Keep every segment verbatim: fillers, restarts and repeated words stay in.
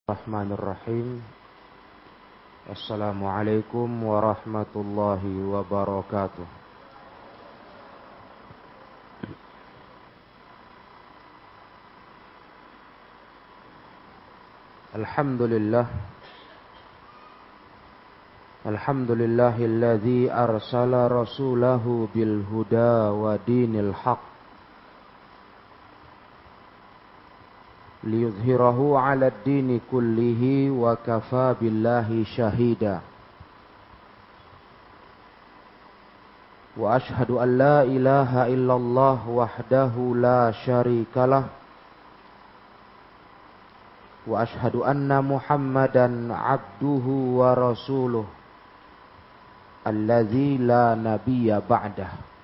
Bismillahirrahmanirrahim. Assalamualaikum warahmatullahi wabarakatuh. Alhamdulillah. Alhamdulillahilladzi arsala rasulahu bil huda wa dinil haqq liyudhhirahu 'ala ad-dini kullihi wa kafaa billahi shahida. Wa ashhadu an la ilaha illallah wahdahu la syarikalah wa ashhadu anna Muhammadan 'abduhu wa rasuluh alladzi la nabiyya ba'dah.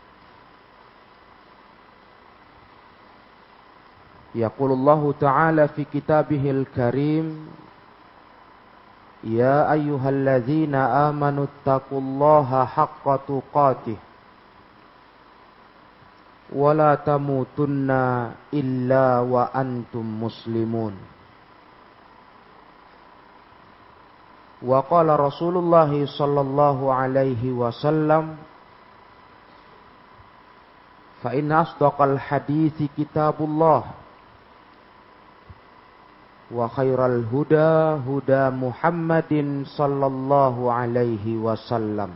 Yaqulullahu ta'ala fi kitabihil karim, ya ayyuhalladzina amanu taqullaha haqqa tuqatih wa la tamutunna illa wa antum muslimun. Wa qala Rasulullah sallallahu alaihi wasallam, fa inna asdaqal hadithi kitabullah wa khairal huda huda Muhammadin sallallahu alaihi wasallam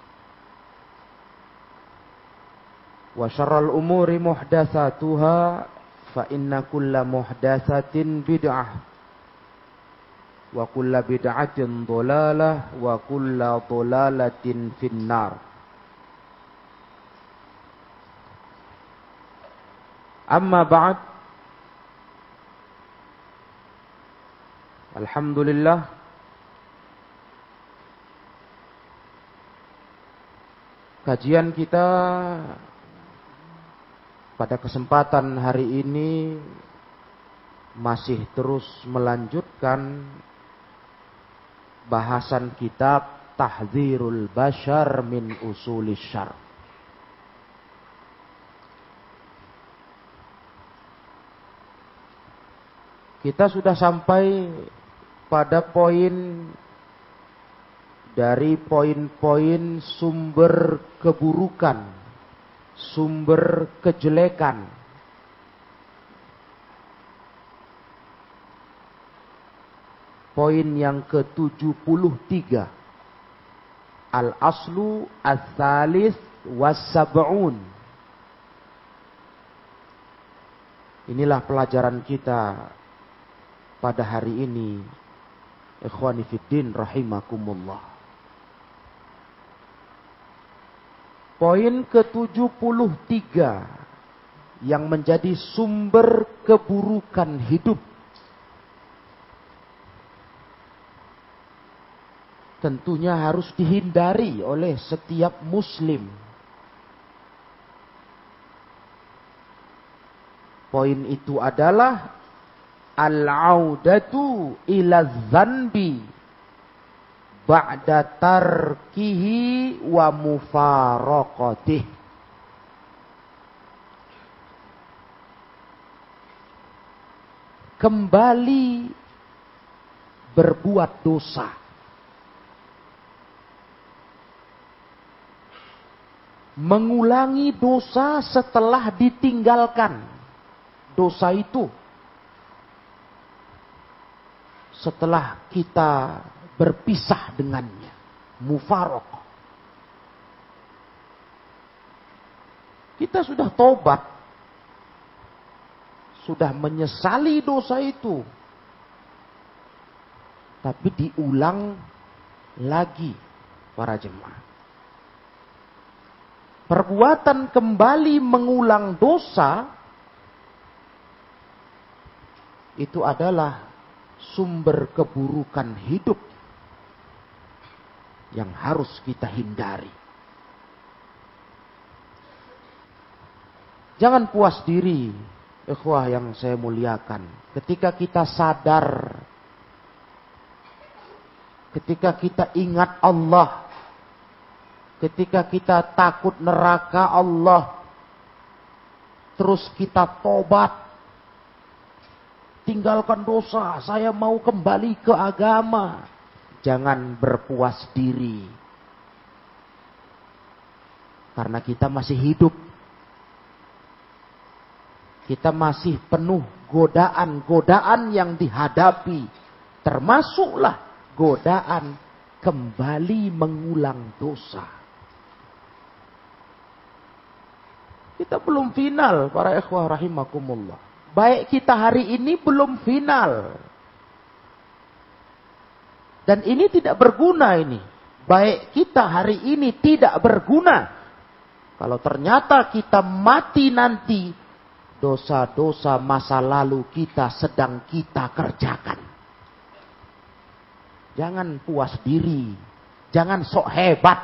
wa syarral umuri muhdatsatuha fa inna kulla muhdatsatin bid'ah wa kulla bid'atin dhalalah wa kulla dhalalatin finnar. Amma ba'd. Alhamdulillah, kajian kita pada kesempatan hari ini masih terus melanjutkan bahasan kitab Tahdzirul Bashar min Usulis Syarr. Kita sudah sampai pada poin dari poin-poin sumber keburukan, sumber kejelekan. Poin yang ke tujuh puluh tiga. Al-aslu ats-tsalits was-sab'un. Inilah pelajaran kita pada hari ini. Ikhwani fiddin rahimakumullah. Poin ke tujuh puluh tiga yang menjadi sumber keburukan hidup. Tentunya harus dihindari oleh setiap muslim. Poin itu adalah al-audatu ila dzanbi ba'da tarkihi wa mufaraqatih. Kembali berbuat dosa. Mengulangi dosa setelah ditinggalkan dosa itu. Setelah kita berpisah dengannya, mufaraqah. Kita sudah tobat, sudah menyesali dosa itu, tapi diulang lagi para jemaah. Perbuatan kembali mengulang dosa itu adalah sumber keburukan hidup yang harus kita hindari. Jangan puas diri, ikhwah yang saya muliakan. Ketika kita sadar, ketika kita ingat Allah, ketika kita takut neraka Allah, terus kita tobat, tinggalkan dosa, saya mau kembali ke agama. Jangan berpuas diri. Karena kita masih hidup. Kita masih penuh godaan-godaan yang dihadapi. Termasuklah godaan kembali mengulang dosa. Kita belum final, para ikhwah rahimakumullah. Baik kita hari ini belum final. Dan ini tidak berguna ini. Baik kita hari ini tidak berguna. Kalau ternyata kita mati nanti, dosa-dosa masa lalu kita sedang kita kerjakan. Jangan puas diri. Jangan sok hebat.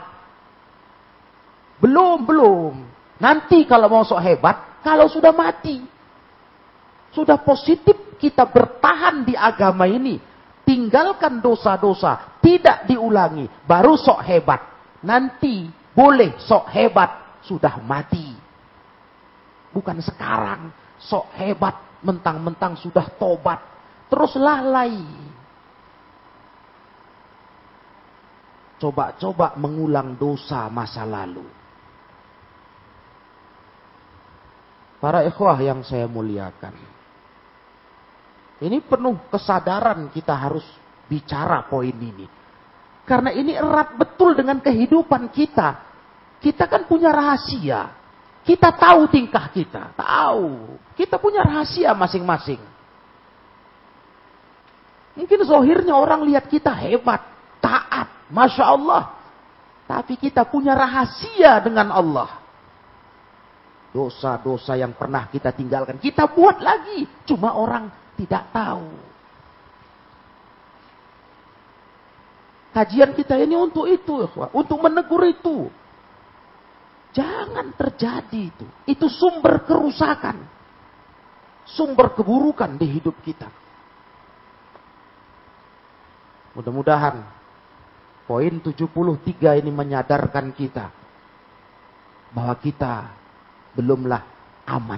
Belum, belum. Nanti kalau mau sok hebat, kalau sudah mati. Sudah positif kita bertahan di agama ini. Tinggalkan dosa-dosa. Tidak diulangi. Baru sok hebat. Nanti boleh sok hebat. Sudah mati. Bukan sekarang. Sok hebat. Mentang-mentang sudah tobat. Terus lalai. Coba-coba mengulang dosa masa lalu. Para ikhwah yang saya muliakan. Ini penuh kesadaran kita harus bicara poin ini. Karena ini erat betul dengan kehidupan kita. Kita kan punya rahasia. Kita tahu tingkah kita. Tahu. Kita punya rahasia masing-masing. Mungkin zahirnya orang lihat kita hebat. Taat. Masya Allah. Tapi kita punya rahasia dengan Allah. Dosa-dosa yang pernah kita tinggalkan. Kita buat lagi. Cuma orang tidak tahu. Kajian kita ini untuk itu. Untuk menegur itu. Jangan terjadi itu. Itu sumber kerusakan. Sumber keburukan di hidup kita. Mudah-mudahan poin tujuh puluh tiga ini menyadarkan kita. Bahwa kita belumlah aman.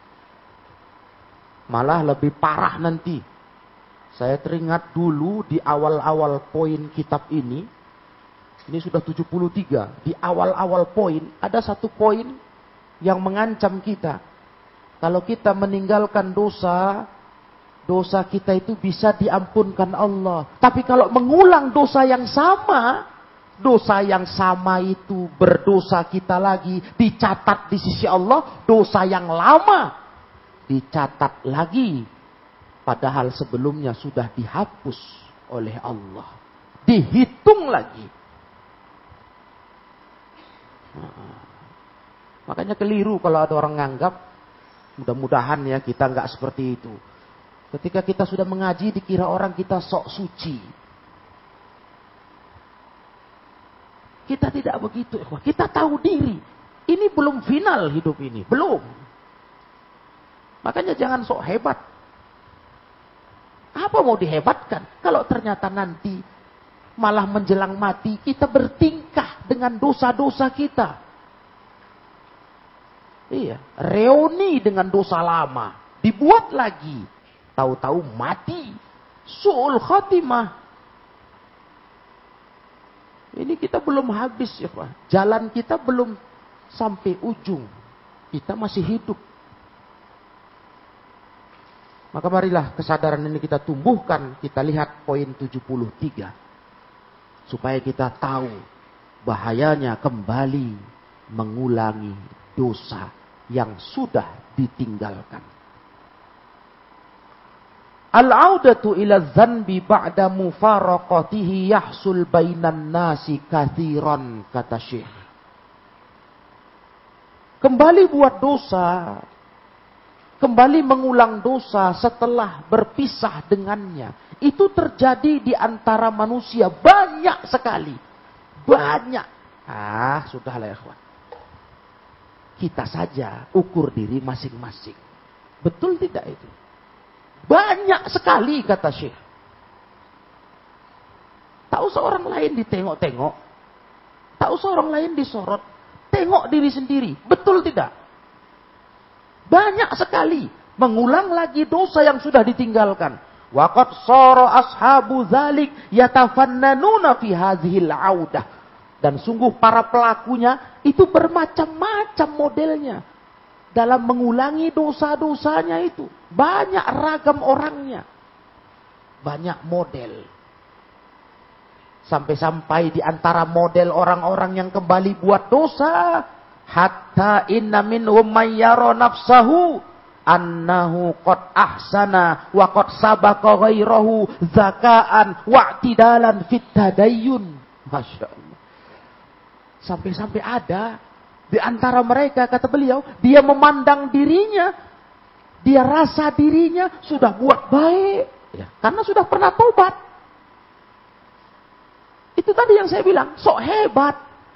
Malah lebih parah nanti. Saya teringat dulu di awal-awal poin kitab ini. Ini sudah tujuh puluh tiga. Di awal-awal poin ada satu poin yang mengancam kita. Kalau kita meninggalkan dosa, dosa kita itu bisa diampunkan Allah. Tapi kalau mengulang dosa yang sama, dosa yang sama itu berdosa kita lagi. Dicatat di sisi Allah. Dosa yang lama dicatat lagi. Padahal sebelumnya sudah dihapus oleh Allah. Dihitung lagi. Nah, makanya keliru kalau ada orang nganggap. Mudah-mudahan ya kita nggak seperti itu. Ketika kita sudah mengaji dikira orang kita sok suci. Kita tidak begitu. Kita tahu diri. Ini belum final hidup ini. Belum. Makanya jangan sok hebat. Apa mau dihebatkan? Kalau ternyata nanti malah menjelang mati kita bertingkah dengan dosa-dosa kita. Iya. Reuni dengan dosa lama. Dibuat lagi. Tahu-tahu mati. Su'ul khatimah. Ini kita belum habis ya Pak. Jalan kita belum sampai ujung. Kita masih hidup. Maka marilah kesadaran ini kita tumbuhkan. Kita lihat poin tujuh puluh tiga. Supaya kita tahu bahayanya kembali mengulangi dosa yang sudah ditinggalkan. Al-audatu ila dzanbi ba'da mufaraqatihi yahsul bainan nasi katsiran, kata Syekh. Kembali buat dosa, kembali mengulang dosa setelah berpisah dengannya. Itu terjadi di antara manusia banyak sekali. Banyak. Ah, sudahlah ya kawan. Kita saja ukur diri masing-masing. Betul tidak itu? Banyak sekali, kata Syekh. Tak usah orang lain ditengok-tengok. Tak usah orang lain disorot. Tengok diri sendiri. Betul tidak? Banyak sekali. mengulang lagi dosa yang sudah ditinggalkan. Wa qad sara ashabu dzalik yatafannanuna fi hadhil audah. Dan sungguh para pelakunya itu bermacam-macam modelnya dalam mengulangi dosa-dosanya itu. Banyak ragam orangnya. Banyak model. Sampai-sampai di antara model orang-orang yang kembali buat dosa, hatta inna minhum may yara nafsahu annahu qad ahsana wa qad sabaqa ghairahu zakaan wa'tidalan fit tadayyun. Masya Allah. Sampai-sampai ada di antara mereka, kata beliau, dia memandang dirinya, dia rasa dirinya sudah buat baik, ya, karena sudah pernah tobat. Itu tadi yang saya bilang, sok hebat.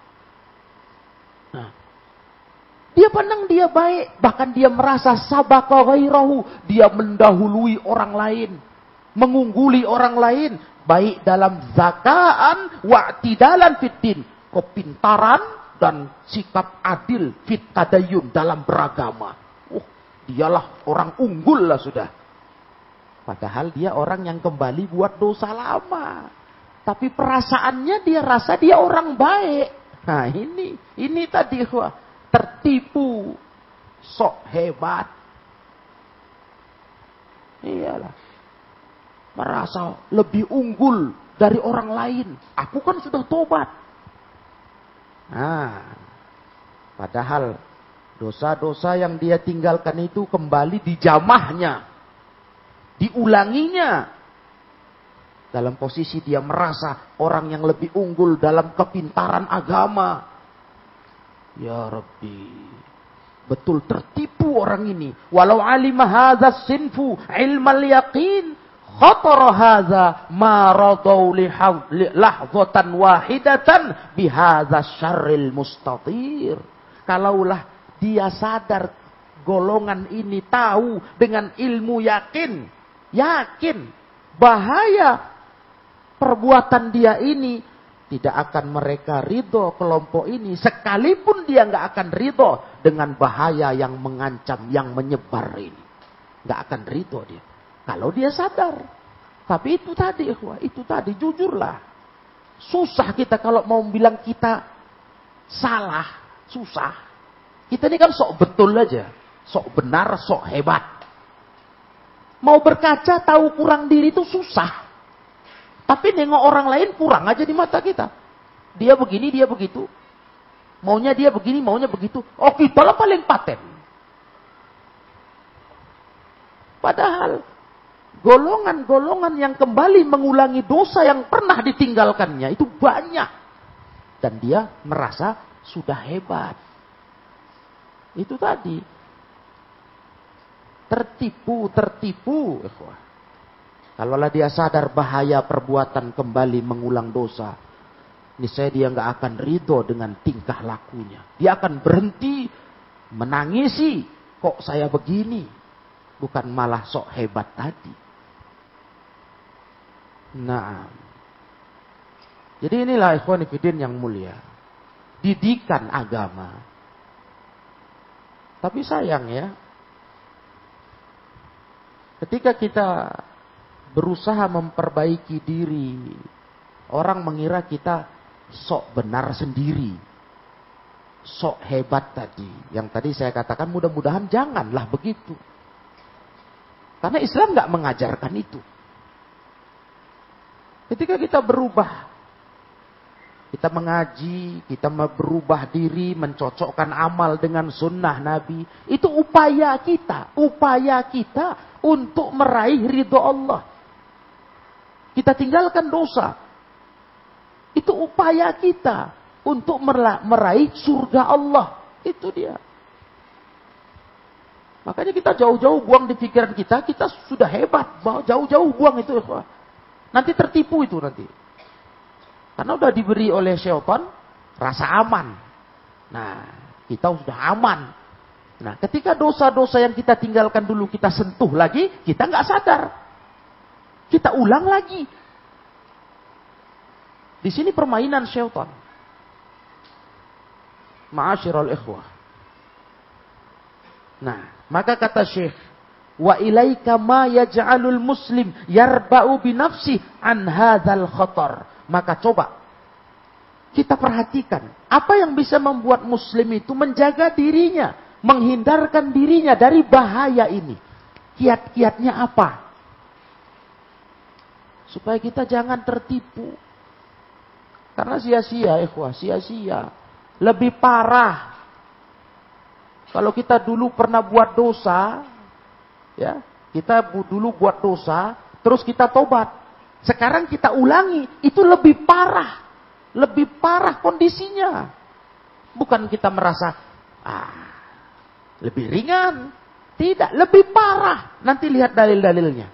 Nah, dia pandang dia baik, bahkan dia merasa sabaqa ghairahu, dia mendahului orang lain, mengungguli orang lain, baik dalam zakaan wa'tidalan fiddin, kepintaran dan sikap adil fit tadayyun dalam beragama. Oh, dialah orang unggul lah sudah. Padahal dia orang yang kembali buat dosa lama. Tapi perasaannya dia rasa dia orang baik. Nah ini, ini tadi wah, tertipu, sok hebat. Iyalah, merasa lebih unggul dari orang lain. Aku kan sudah tobat. Nah, padahal dosa-dosa yang dia tinggalkan itu kembali dijamahnya, diulanginya. Dalam posisi dia merasa orang yang lebih unggul dalam kepintaran agama. Ya Rabbi. Betul tertipu orang ini. Walau alima hadha sinfu ilmal yaqin. Khatara hadha ma radau lahzatan wahidatan bihadha syarril mustatir. Kalaulah dia sadar golongan ini tahu dengan ilmu yakin. Yakin. Bahaya. Perbuatan dia ini tidak akan mereka ridho kelompok ini. Sekalipun dia nggak akan ridho dengan bahaya yang mengancam, yang menyebar ini. Nggak akan ridho dia. Kalau dia sadar. Tapi itu tadi, itu tadi, jujurlah. Susah kita kalau mau bilang kita salah. Susah. Kita ini kan sok betul aja. Sok benar, sok hebat. Mau berkaca tahu kurang diri itu susah. Tapi nengok orang lain kurang aja di mata kita. Dia begini, dia begitu. Maunya dia begini, maunya begitu. Oh kita lah paling paten. Padahal golongan-golongan yang kembali mengulangi dosa yang pernah ditinggalkannya itu banyak. Dan dia merasa sudah hebat. Itu tadi. Tertipu, tertipu. Kalaulah dia sadar bahaya perbuatan kembali mengulang dosa, niscaya dia nggak akan ridho dengan tingkah lakunya. Dia akan berhenti menangisi, kok saya begini, bukan malah sok hebat tadi. Nah, jadi inilah ikhwan fillah yang mulia, didikan agama. Tapi sayang ya, ketika kita berusaha memperbaiki diri, orang mengira kita sok benar sendiri. Sok hebat tadi. Yang tadi saya katakan mudah-mudahan janganlah begitu. Karena Islam nggak mengajarkan itu. Ketika kita berubah, kita mengaji, kita berubah diri, mencocokkan amal dengan sunnah Nabi. Itu upaya kita. Upaya kita untuk meraih ridho Allah. Kita tinggalkan dosa. Itu upaya kita untuk meraih surga Allah. Itu dia. Makanya kita jauh-jauh buang di pikiran kita, kita sudah hebat. Jauh-jauh buang itu. Nanti tertipu itu nanti. Karena udah diberi oleh syaitan rasa aman. Nah, kita sudah aman. Nah, ketika dosa-dosa yang kita tinggalkan dulu kita sentuh lagi, kita nggak sadar. Kita ulang lagi. Di sini permainan syaitan. Ma'asyiral ikhwah. Nah, maka kata Syekh, wa ilaika ma yaj'alul muslim yarba'u bi nafsi an hadzal khatar. Maka coba kita perhatikan apa yang bisa membuat muslim itu menjaga dirinya, menghindarkan dirinya dari bahaya ini. Kiat-kiatnya apa? Supaya kita jangan tertipu. Karena sia-sia, ikhwah, sia-sia. Lebih parah. Kalau kita dulu pernah buat dosa, ya, kita dulu buat dosa, terus kita tobat. Sekarang kita ulangi, itu lebih parah. Lebih parah kondisinya. Bukan kita merasa, ah, lebih ringan. Tidak, lebih parah. Nanti lihat dalil-dalilnya.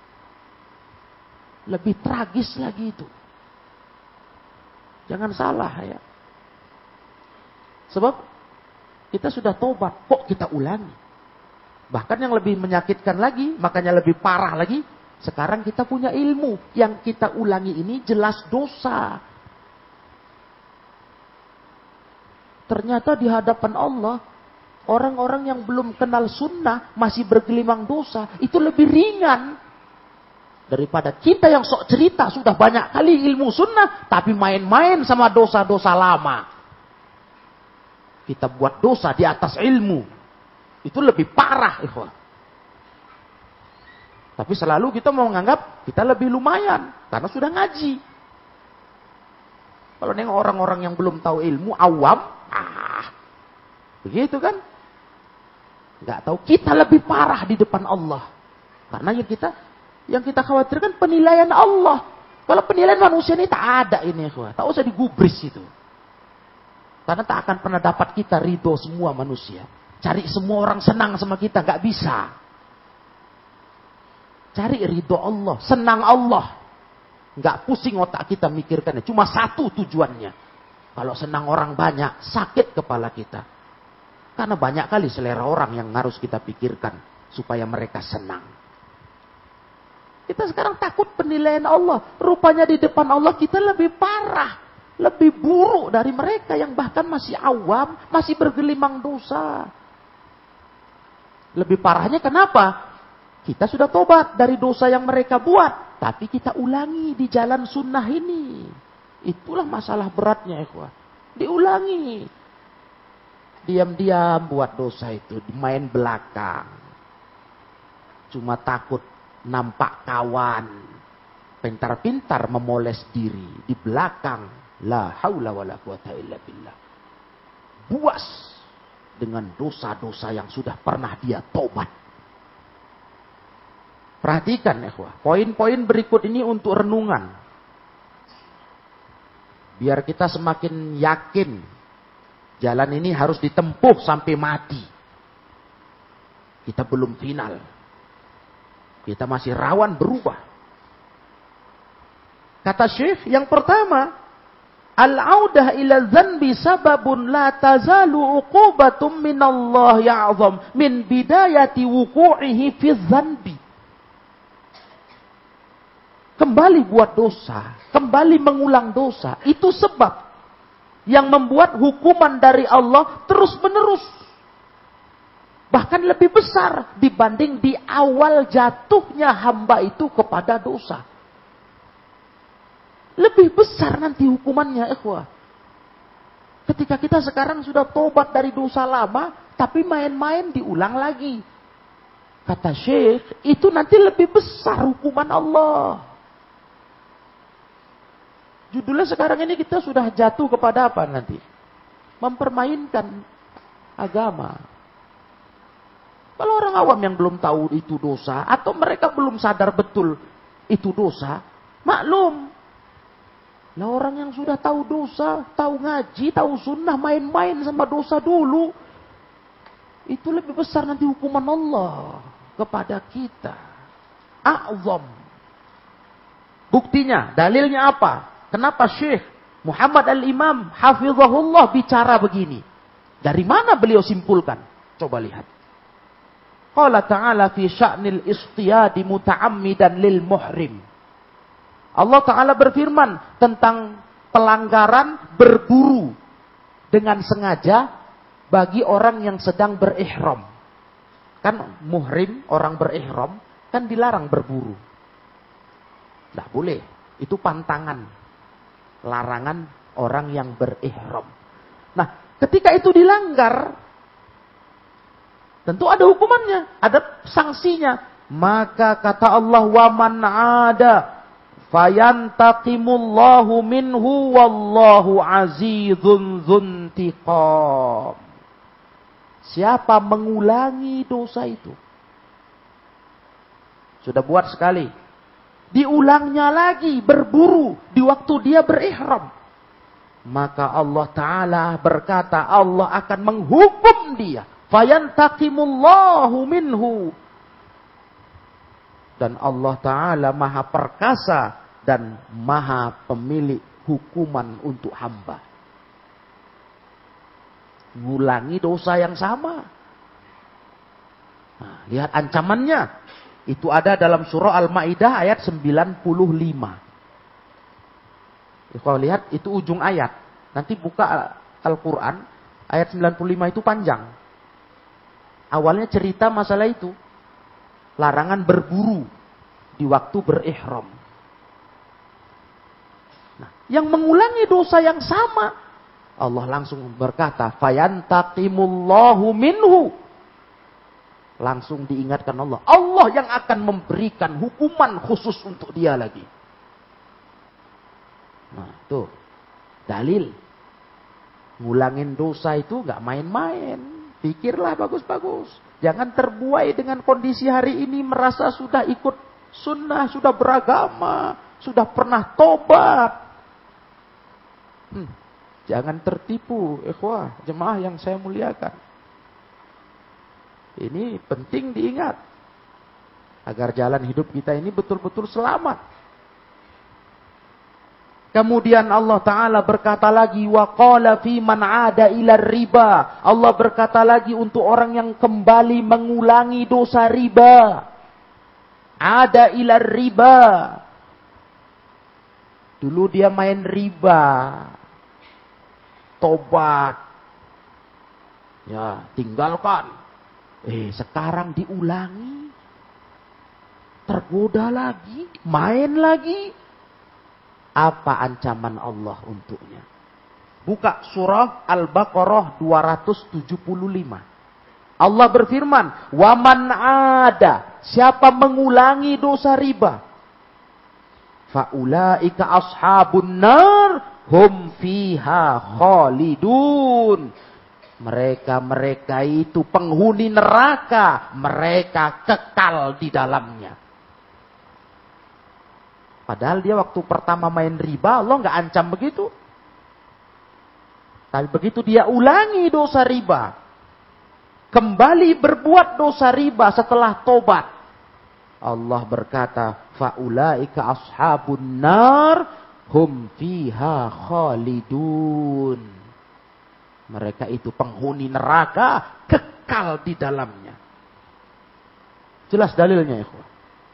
Lebih tragis lagi itu. Jangan salah ya. Sebab kita sudah tobat, kok kita ulangi. Bahkan yang lebih menyakitkan lagi, makanya lebih parah lagi. Sekarang kita punya ilmu. Yang kita ulangi ini jelas dosa. Ternyata di hadapan Allah, orang-orang yang belum kenal sunnah, masih bergelimang dosa, itu lebih ringan. Daripada kita yang sok cerita, sudah banyak kali ilmu sunnah, tapi main-main sama dosa-dosa lama. Kita buat dosa di atas ilmu. Itu lebih parah, ikhwah. Tapi selalu kita mau menganggap kita lebih lumayan, karena sudah ngaji. Kalau nengok orang-orang yang belum tahu ilmu, awam, ah, begitu kan? Nggak tahu, kita lebih parah di depan Allah. Karena yang kita yang kita khawatirkan penilaian Allah. Kalau penilaian manusia ini tak ada ini, ikhwah. Tak usah digubris itu. Karena tak akan pernah dapat kita ridho semua manusia. Cari semua orang senang sama kita, nggak bisa. Cari ridho Allah, senang Allah. Nggak pusing otak kita mikirkannya. Cuma satu tujuannya. Kalau senang orang banyak, sakit kepala kita. Karena banyak kali selera orang yang harus kita pikirkan. Supaya mereka senang. Kita sekarang takut penilaian Allah. Rupanya di depan Allah kita lebih parah. Lebih buruk dari mereka yang bahkan masih awam. Masih bergelimang dosa. Lebih parahnya kenapa? Kita sudah tobat dari dosa yang mereka buat. Tapi kita ulangi di jalan sunnah ini. Itulah masalah beratnya, ikhwah. Diulangi. Diam-diam buat dosa itu. Main belakang. Cuma takut nampak kawan. Pintar-pintar memoles diri. Di belakang. La haula wa la quwata illa billah. Buas. Dengan dosa-dosa yang sudah pernah dia tobat. Perhatikan, ikhwah. Poin-poin berikut ini untuk renungan. Biar kita semakin yakin. Jalan ini harus ditempuh sampai mati. Kita belum final. Kita masih rawan berubah. Kata Syekh, yang pertama, al-audah ila dzanbi sababun la tazalu uqubatum minallah ya'zam min bidayati wuqu'ihi fi dzanbi. Kembali buat dosa, kembali mengulang dosa, itu sebab yang membuat hukuman dari Allah terus menerus. Bahkan lebih besar dibanding di awal jatuhnya hamba itu kepada dosa. Lebih besar nanti hukumannya, ikhwah. Ketika kita sekarang sudah tobat dari dosa lama, tapi main-main diulang lagi. Kata Syekh, itu nanti lebih besar hukuman Allah. Judulnya sekarang ini kita sudah jatuh kepada apa nanti? Mempermainkan agama. Kalau orang awam yang belum tahu itu dosa, atau mereka belum sadar betul itu dosa, maklum. Nah orang yang sudah tahu dosa, tahu ngaji, tahu sunnah, main-main sama dosa dulu, itu lebih besar nanti hukuman Allah kepada kita. A'zam. Buktinya, dalilnya apa? Kenapa Syekh Muhammad Al-Imam Hafizahullah bicara begini? Dari mana beliau simpulkan? Coba lihat. Qala ta'ala fi sya'nil istiyadi muta'ammidan lil muhrim. Allah Ta'ala berfirman tentang pelanggaran berburu dengan sengaja bagi orang yang sedang berihram. Kan muhrim, orang berihram, kan dilarang berburu. Tidak boleh. Itu pantangan. Larangan orang yang berihram. Nah, ketika itu dilanggar, tentu ada hukumannya, ada sanksinya. Maka kata Allah, wa man ada fayantaqimullahu minhu wallahu azizun dzuntiqam. Siapa mengulangi dosa itu, sudah buat sekali, diulangnya lagi berburu di waktu dia berihram, maka Allah Ta'ala berkata, Allah akan menghukum dia. Fayantaqimullahu minhu. Dan Allah Ta'ala maha perkasa dan maha pemilik hukuman untuk hamba. Ngulangi dosa yang sama. Nah, lihat ancamannya. Itu ada dalam surah Al-Ma'idah ayat sembilan puluh lima. Kalau lihat itu ujung ayat. Nanti buka Al-Quran. Ayat sembilan puluh lima itu panjang. Awalnya cerita masalah itu. Larangan berburu di waktu berihram. Nah, yang mengulangi dosa yang sama, Allah langsung berkata, fayantaqimullahu minhu. Langsung diingatkan Allah. Allah yang akan memberikan hukuman khusus untuk dia lagi. Nah, tuh. Dalil. Ngulangin dosa itu gak main-main. Pikirlah bagus-bagus. Jangan terbuai dengan kondisi hari ini merasa sudah ikut sunnah, sudah beragama, sudah pernah tobat. Hmm. Jangan tertipu, ikhwah, jemaah yang saya muliakan. Ini penting diingat. Agar jalan hidup kita ini betul-betul selamat. Kemudian Allah Ta'ala berkata lagi, wa qala fi man ada ila riba. Allah berkata lagi untuk orang yang kembali mengulangi dosa riba. Ada ila riba. Dulu dia main riba. Tobat. Ya, tinggalkan. Eh, sekarang diulangi. Tergoda lagi, main lagi. Apa ancaman Allah untuknya? Buka surah Al-Baqarah dua ratus tujuh puluh lima. Allah berfirman, "Waman ada," siapa mengulangi dosa riba, faulaika ashabun nar hum fiha khalidun. Mereka-mereka itu penghuni neraka, mereka kekal di dalamnya. Padahal dia waktu pertama main riba, Allah nggak ancam begitu. Tapi begitu dia ulangi dosa riba, kembali berbuat dosa riba setelah tobat, Allah berkata, faulaika ashabun nar hum fiha khalidun. Mereka itu penghuni neraka, kekal di dalamnya. Jelas dalilnya, ikhwan.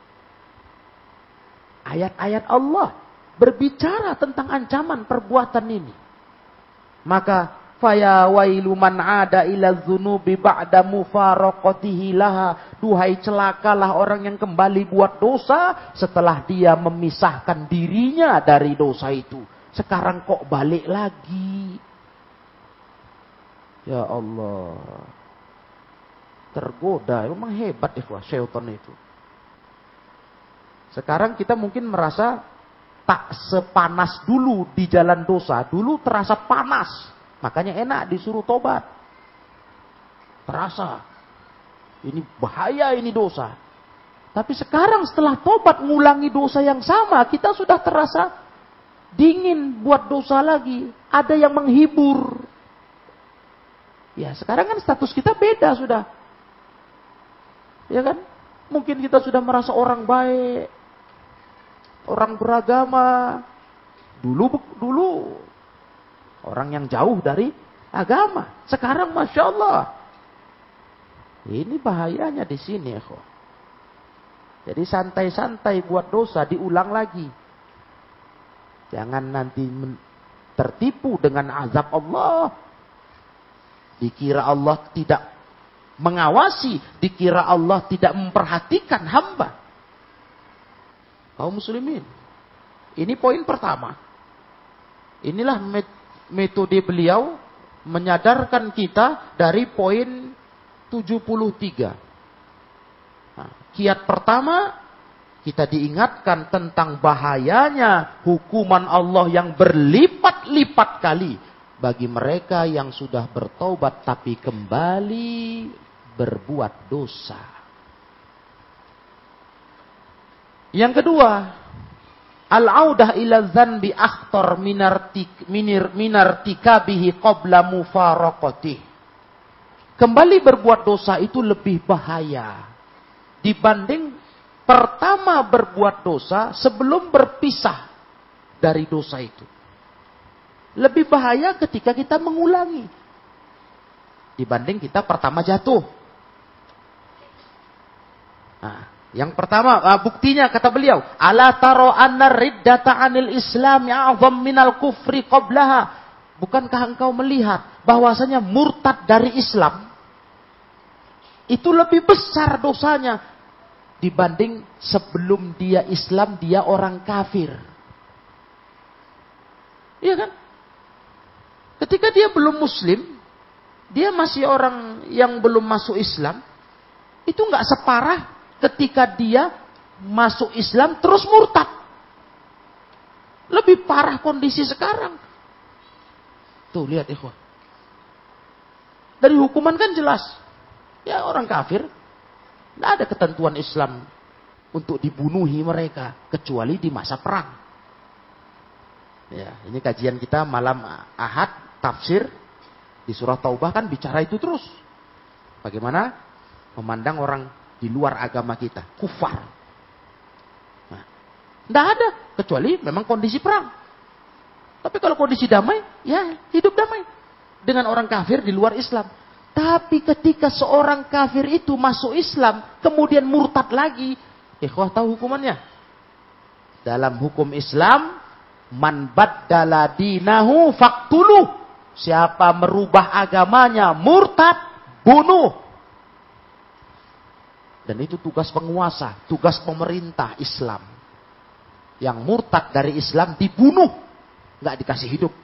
Ayat-ayat Allah berbicara tentang ancaman perbuatan ini. Maka faya wailu man ada ila dzunubi ba'da mufaraqatihi laha. Duhai celakalah orang yang kembali buat dosa setelah dia memisahkan dirinya dari dosa itu. Sekarang kok balik lagi? Ya Allah. Tergoda, memang hebat ikhwah syaitan itu. Sekarang kita mungkin merasa tak sepanas dulu di jalan dosa. Dulu terasa panas. Makanya enak disuruh tobat. Terasa. Ini bahaya ini dosa. Tapi sekarang setelah tobat ngulangi dosa yang sama. Kita sudah terasa dingin buat dosa lagi. Ada yang menghibur. Ya sekarang kan status kita beda sudah. Ya kan? Mungkin kita sudah merasa orang baik. Orang beragama. Dulu dulu orang yang jauh dari agama. Sekarang Masya Allah. Ini bahayanya di sini. Kok. Jadi santai-santai buat dosa. Diulang lagi. Jangan nanti tertipu dengan azab Allah. Dikira Allah tidak mengawasi, dikira Allah tidak memperhatikan hamba. Kaum muslimin, ini poin pertama. Inilah metode beliau menyadarkan kita dari poin tujuh puluh tiga. Nah, kiat pertama, kita diingatkan tentang bahayanya hukuman Allah yang berlipat-lipat kali bagi mereka yang sudah bertaubat tapi kembali berbuat dosa. Yang kedua, al-audah ila dzanbi akhtar minartik minir minartikabihi qabla mufaraqatih. Kembali berbuat dosa itu lebih bahaya dibanding pertama berbuat dosa sebelum berpisah dari dosa itu. Lebih bahaya ketika kita mengulangi dibanding kita pertama jatuh. Nah, yang pertama, buktinya kata beliau, ala taro anna riddata 'anil islam a'zam minal kufri qablaha. Bukankah engkau melihat bahwasanya murtad dari Islam itu lebih besar dosanya dibanding sebelum dia Islam dia orang kafir. Iya kan? Ketika dia belum muslim, dia masih orang yang belum masuk Islam, itu nggak separah ketika dia masuk Islam terus murtad. Lebih parah kondisi sekarang. Tuh lihat ikhwan. Dari hukuman kan jelas. Ya orang kafir, tidak ada ketentuan Islam untuk dibunuhi mereka kecuali di masa perang. Ya, ini kajian kita malam Ahad tafsir di surah Taubah kan bicara itu terus. Bagaimana memandang orang di luar agama kita, kufar. Nah, tidak ada kecuali memang kondisi perang. Tapi kalau kondisi damai, ya hidup damai dengan orang kafir di luar Islam. Tapi ketika seorang kafir itu masuk Islam, kemudian murtad lagi, ikhwah tahu hukumannya? Dalam hukum Islam, man baddala dinahu faqtuluh. Siapa merubah agamanya, murtad, bunuh. Dan itu tugas penguasa, tugas pemerintah Islam. Yang murtad dari Islam dibunuh, nggak dikasih hidup.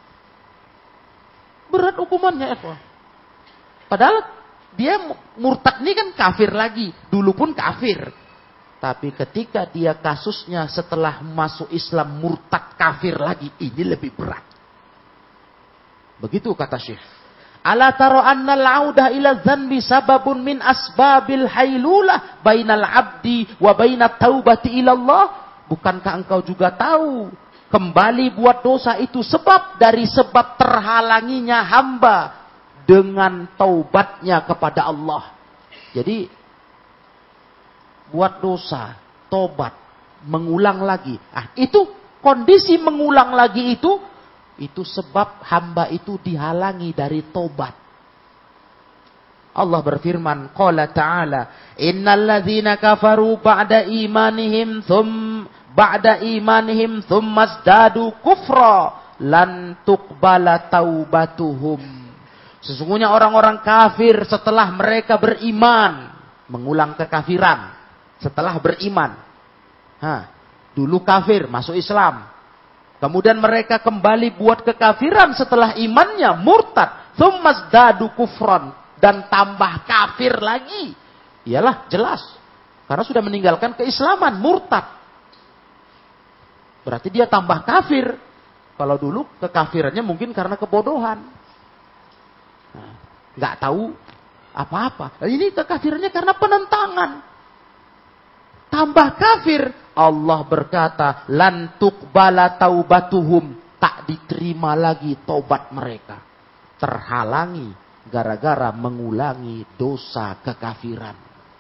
Berat hukumannya, ikhwah. Padahal dia murtad ini kan kafir lagi. Dulu pun kafir. Tapi ketika dia kasusnya setelah masuk Islam murtad kafir lagi. Ini lebih berat. Begitu kata Syekh. Ala taro anna al-audah ila dzanbi sababun min asbabil hailulah bainal abdi wa bainat taubati ilallah. Bukankah engkau juga tahu kembali buat dosa itu sebab dari sebab terhalanginya hamba dengan taubatnya kepada Allah. Jadi buat dosa, taubat, mengulang lagi. Ah, itu kondisi mengulang lagi itu itu sebab hamba itu dihalangi dari taubat. Allah berfirman, qala ta'ala, innal ladzina kafaru ba'da imanihim thum ba'da imanihim tsummazdadu kufra lan tuqbala taubatuhum. Sesungguhnya orang-orang kafir setelah mereka beriman, mengulang kekafiran setelah beriman. Hah, dulu kafir, masuk Islam. Kemudian mereka kembali buat kekafiran setelah imannya, murtad. Tsummazdadu kufran, dan tambah kafir lagi. Iyalah, jelas. Karena sudah meninggalkan keislaman, murtad. Berarti dia tambah kafir. Kalau dulu kekafirannya mungkin karena kebodohan. Nah, nggak tahu apa-apa. Ini kekafirannya karena penentangan. Tambah kafir. Allah berkata, lan tuqbala taubatuhum. Tak diterima lagi taubat mereka. Terhalangi gara-gara mengulangi dosa kekafiran.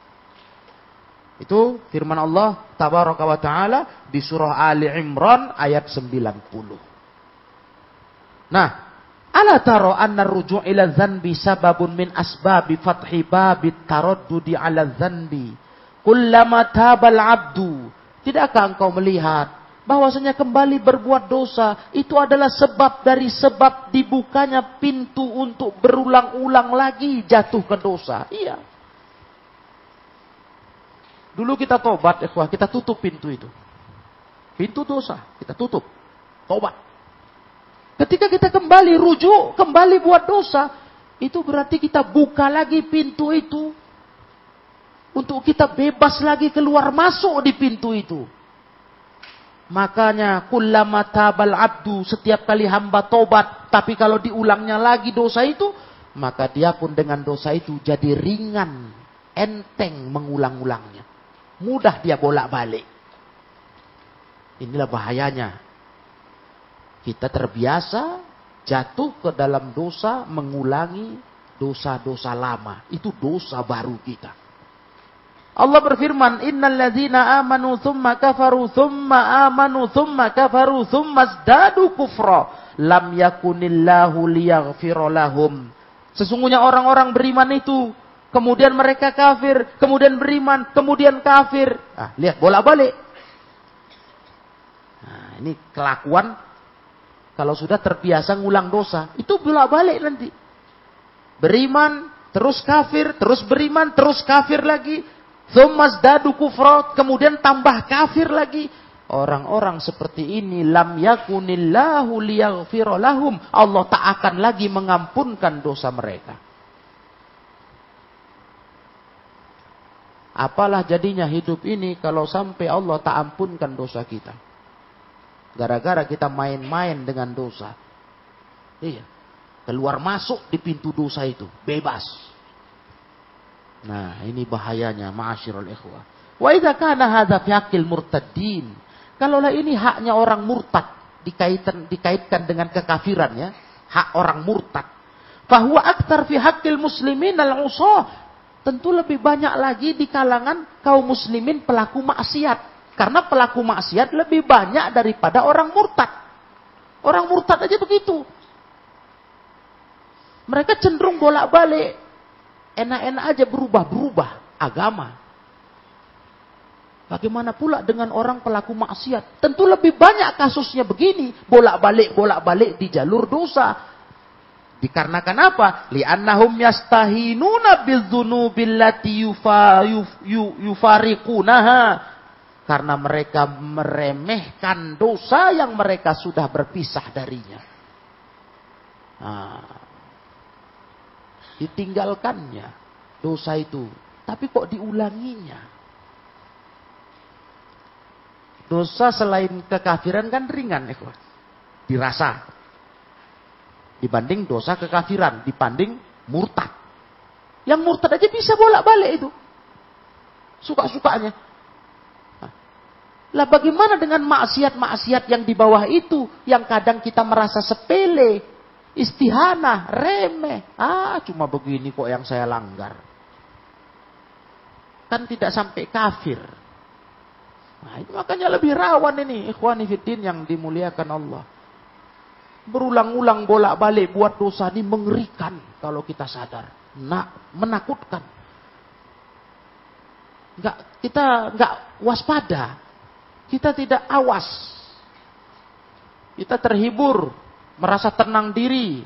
Itu firman Allah tabaraka wa ta'ala di surah Ali Imran ayat sembilan puluh. Nah, ala taro anna ruju' ila dzanbi sababun min asbabi fathi babit taraddudi ala dzanbi kullama tabal abdu. Tidakkah engkau melihat bahwasanya kembali berbuat dosa itu adalah sebab dari sebab dibukanya pintu untuk berulang-ulang lagi jatuh ke dosa. Iya. Dulu kita tobat, ikhwah, kita tutup pintu itu. Pintu dosa, kita tutup. Tobat. Ketika kita kembali rujuk, kembali buat dosa, itu berarti kita buka lagi pintu itu. Untuk kita bebas lagi keluar masuk di pintu itu. Makanya kullama tabal abdu, setiap kali hamba tobat, tapi kalau diulangnya lagi dosa itu, maka dia pun dengan dosa itu jadi ringan, enteng mengulang-ulangnya. Mudah dia bolak-balik. Inilah bahayanya. Kita terbiasa jatuh ke dalam dosa, mengulangi dosa-dosa lama. Itu dosa baru kita. Allah berfirman, innal ladzina amanu tsumma kafaru tsumma amanu tsumma kafaru tsumma zdadu kufra lam yakunillahu liyaghfira lahum. Sesungguhnya orang-orang beriman itu kemudian mereka kafir, kemudian beriman, kemudian kafir. Ah, lihat bolak-balik. Nah, ini kelakuan kalau sudah terbiasa ngulang dosa, itu bolak-balik nanti. Beriman, terus kafir, terus beriman, terus kafir lagi. Tsumma zdadu kufra, kemudian tambah kafir lagi. Orang-orang seperti ini lam yakunillahu liyaghfira lahum. Allah tak akan lagi mengampunkan dosa mereka. Apalah jadinya hidup ini kalau sampai Allah tak ampunkan dosa kita. Gara-gara kita main-main dengan dosa. Iya. Keluar masuk di pintu dosa itu. Bebas. Nah, ini bahayanya, ma'asyiral ikhwah. Wa idza kana hadza fi haqqil murtaddin. Kalaulah ini haknya orang murtad, dikaitkan dikaitkan dengan kekafirannya, hak orang murtad. Fa huwa aktsar fi haqqil muslimin al-usah. Tentu lebih banyak lagi di kalangan kaum muslimin pelaku maksiat. Karena pelaku maksiat lebih banyak daripada orang murtad. Orang murtad aja begitu. Mereka cenderung bolak-balik. Enak-enak aja berubah-berubah agama. Bagaimana pula dengan orang pelaku maksiat? Tentu lebih banyak kasusnya begini. Bolak-balik, bolak-balik di jalur dosa. Dikarenakan apa? Li'annahum yastahinuna bidzunubil lati yufariqunaha. Karena mereka meremehkan dosa yang mereka sudah berpisah darinya. Nah, ditinggalkannya dosa itu, tapi kok diulanginya? Dosa selain kekafiran kan ringan, ikhwan. Dirasa. Dibanding dosa kekafiran, dibanding murtad. Yang murtad aja bisa bolak-balik itu. Suka-sukanya. Nah, lah bagaimana dengan maksiat-maksiat yang di bawah itu, yang kadang kita merasa sepele, istihanah, remeh. Ah, cuma begini kok yang saya langgar. Kan tidak sampai kafir. Nah, itu makanya lebih rawan ini, ikhwani fiddin yang dimuliakan Allah. Berulang-ulang bolak-balik buat dosa ini mengerikan kalau kita sadar. Nah, menakutkan. Enggak, kita enggak waspada. Kita tidak awas. Kita terhibur. Merasa tenang diri.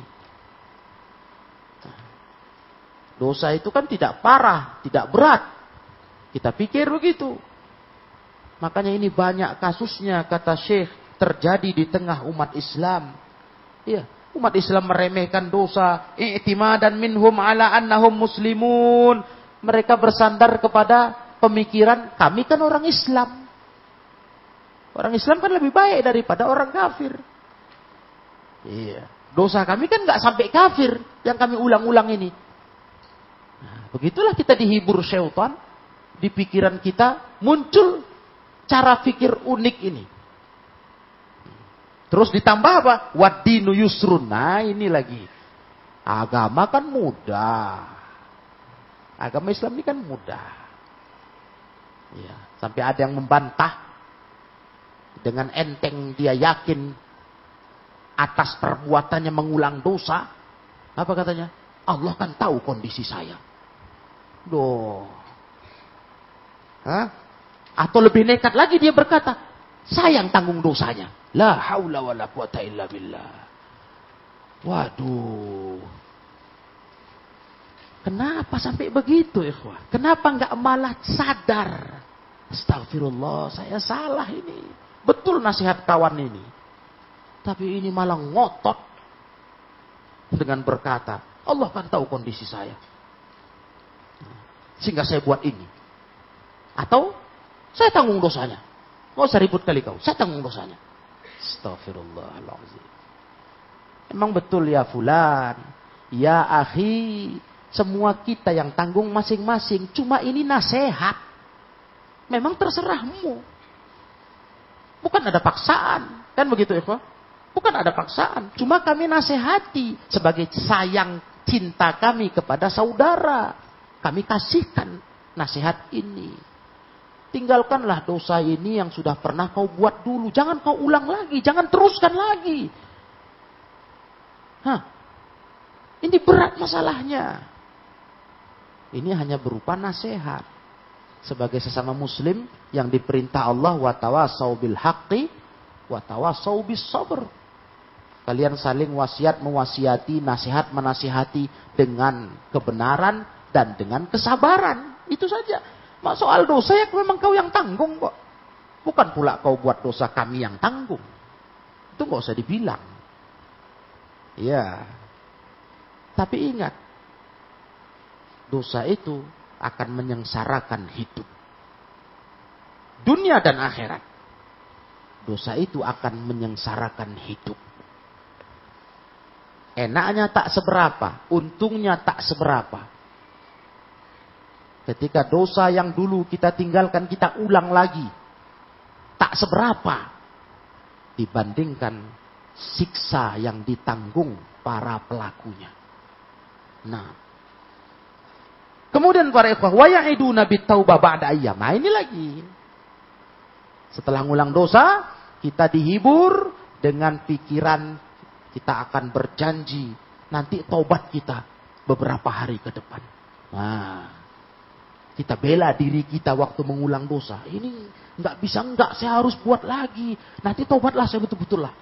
Dosa itu kan tidak parah, tidak berat. Kita pikir begitu. Makanya ini banyak kasusnya, kata Syekh, terjadi di tengah umat Islam. Ya, umat Islam meremehkan dosa. I'timadan minhum ala annahum muslimun. Mereka bersandar kepada pemikiran, kami kan orang Islam. Orang Islam kan lebih baik daripada orang kafir. Iya. Dosa kami kan nggak sampai kafir yang kami ulang-ulang ini. Nah, begitulah kita dihibur syaitan. Di pikiran kita muncul cara pikir unik ini. Terus ditambah apa? Waddinu yusrun. Nah, ini lagi. Agama kan mudah. Agama Islam ini kan mudah. Ya, sampai ada yang membantah. Dengan enteng dia yakin atas perbuatannya mengulang dosa. Apa katanya? Allah kan tahu kondisi saya. Doh. Hah? Atau lebih nekat lagi dia berkata, Saya yang tanggung dosanya. La haula wala quwata illa billah. Waduh. Kenapa sampai begitu, ikhwah? Kenapa enggak malah sadar? Astagfirullah, saya salah ini. Betul nasihat kawan ini. Tapi ini malah ngotot dengan berkata, Allah kan tahu kondisi saya. Sehingga saya buat ini. Atau saya tanggung dosanya. Nggak usah ribut kali kau. Saya tanggung dosanya. Astagfirullahaladzim. Emang betul ya fulan. Ya akhi. Semua kita yang tanggung masing-masing. Cuma ini nasihat. Memang terserahmu. Bukan ada paksaan. Kan begitu ya? Bukan ada paksaan. Cuma kami nasihati. Sebagai sayang cinta kami kepada saudara. Kami kasihkan nasihat ini. Tinggalkanlah dosa ini yang sudah pernah kau buat dulu. Jangan kau ulang lagi. Jangan teruskan lagi. Hah? Ini berat masalahnya. Ini hanya berupa nasihat. Sebagai sesama muslim yang diperintah Allah wa tawasau bil haqqi wa tawasau bis sabr. Kalian saling wasiat mewasiati, nasihat menasihati dengan kebenaran dan dengan kesabaran. Itu saja. Mak soal dosa ya memang kau yang tanggung kok. Bukan pula kau buat dosa kami yang tanggung. Itu enggak usah dibilang. Ya. Tapi ingat, dosa itu akan menyengsarakan hidup. Dunia dan akhirat. Dosa itu akan menyengsarakan hidup. Enaknya tak seberapa, untungnya tak seberapa. Ketika dosa yang dulu kita tinggalkan, kita ulang lagi. Tak seberapa. Dibandingkan siksa yang ditanggung para pelakunya. Nah. Kemudian para ikhwah. Wa ya'iduna bit-taubah ba'da ayyam. Nah ini lagi. Setelah ngulang dosa, kita dihibur dengan pikiran kita akan berjanji. Nanti taubat kita beberapa hari ke depan. Nah. Kita bela diri kita waktu mengulang dosa. Ini nggak bisa nggak, saya harus buat lagi. Nanti tobatlah saya betul-betul lah.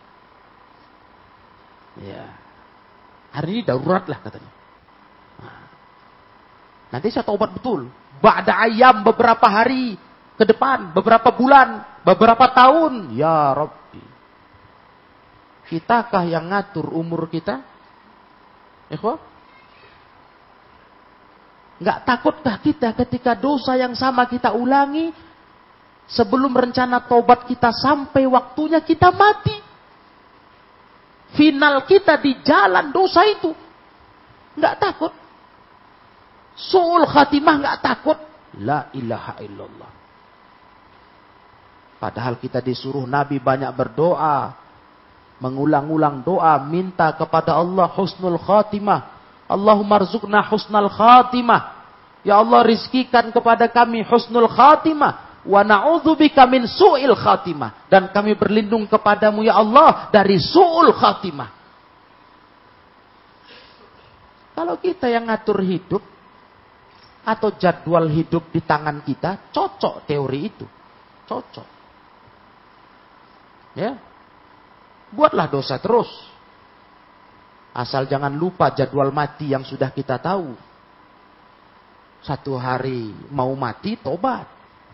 Ya, hari ini darurat lah katanya. Nah, nanti saya tobat betul. Ba'da ayam beberapa hari ke depan, beberapa bulan, beberapa tahun. Ya Rabbi. Kitakah yang ngatur umur kita? Ikhwah? Nggak takutkah kita ketika dosa yang sama kita ulangi, sebelum rencana tobat kita sampai waktunya kita mati? Final kita di jalan dosa itu. Nggak takut. Su'ul khatimah nggak takut. La ilaha illallah. Padahal kita disuruh Nabi banyak berdoa. Mengulang-ulang doa. Minta kepada Allah husnul khatimah. Allahumma rzuqna husnul khatimah. Ya Allah rizkikan kepada kami husnul khatimah. Wa na'udzubika min su'il khatimah. Dan kami berlindung kepadamu ya Allah dari su'ul khatimah. Kalau kita yang ngatur hidup. Atau jadwal hidup di tangan kita. Cocok teori itu. Cocok. Ya. Buatlah dosa terus. Asal jangan lupa jadwal mati yang sudah kita tahu. Satu hari mau mati, tobat.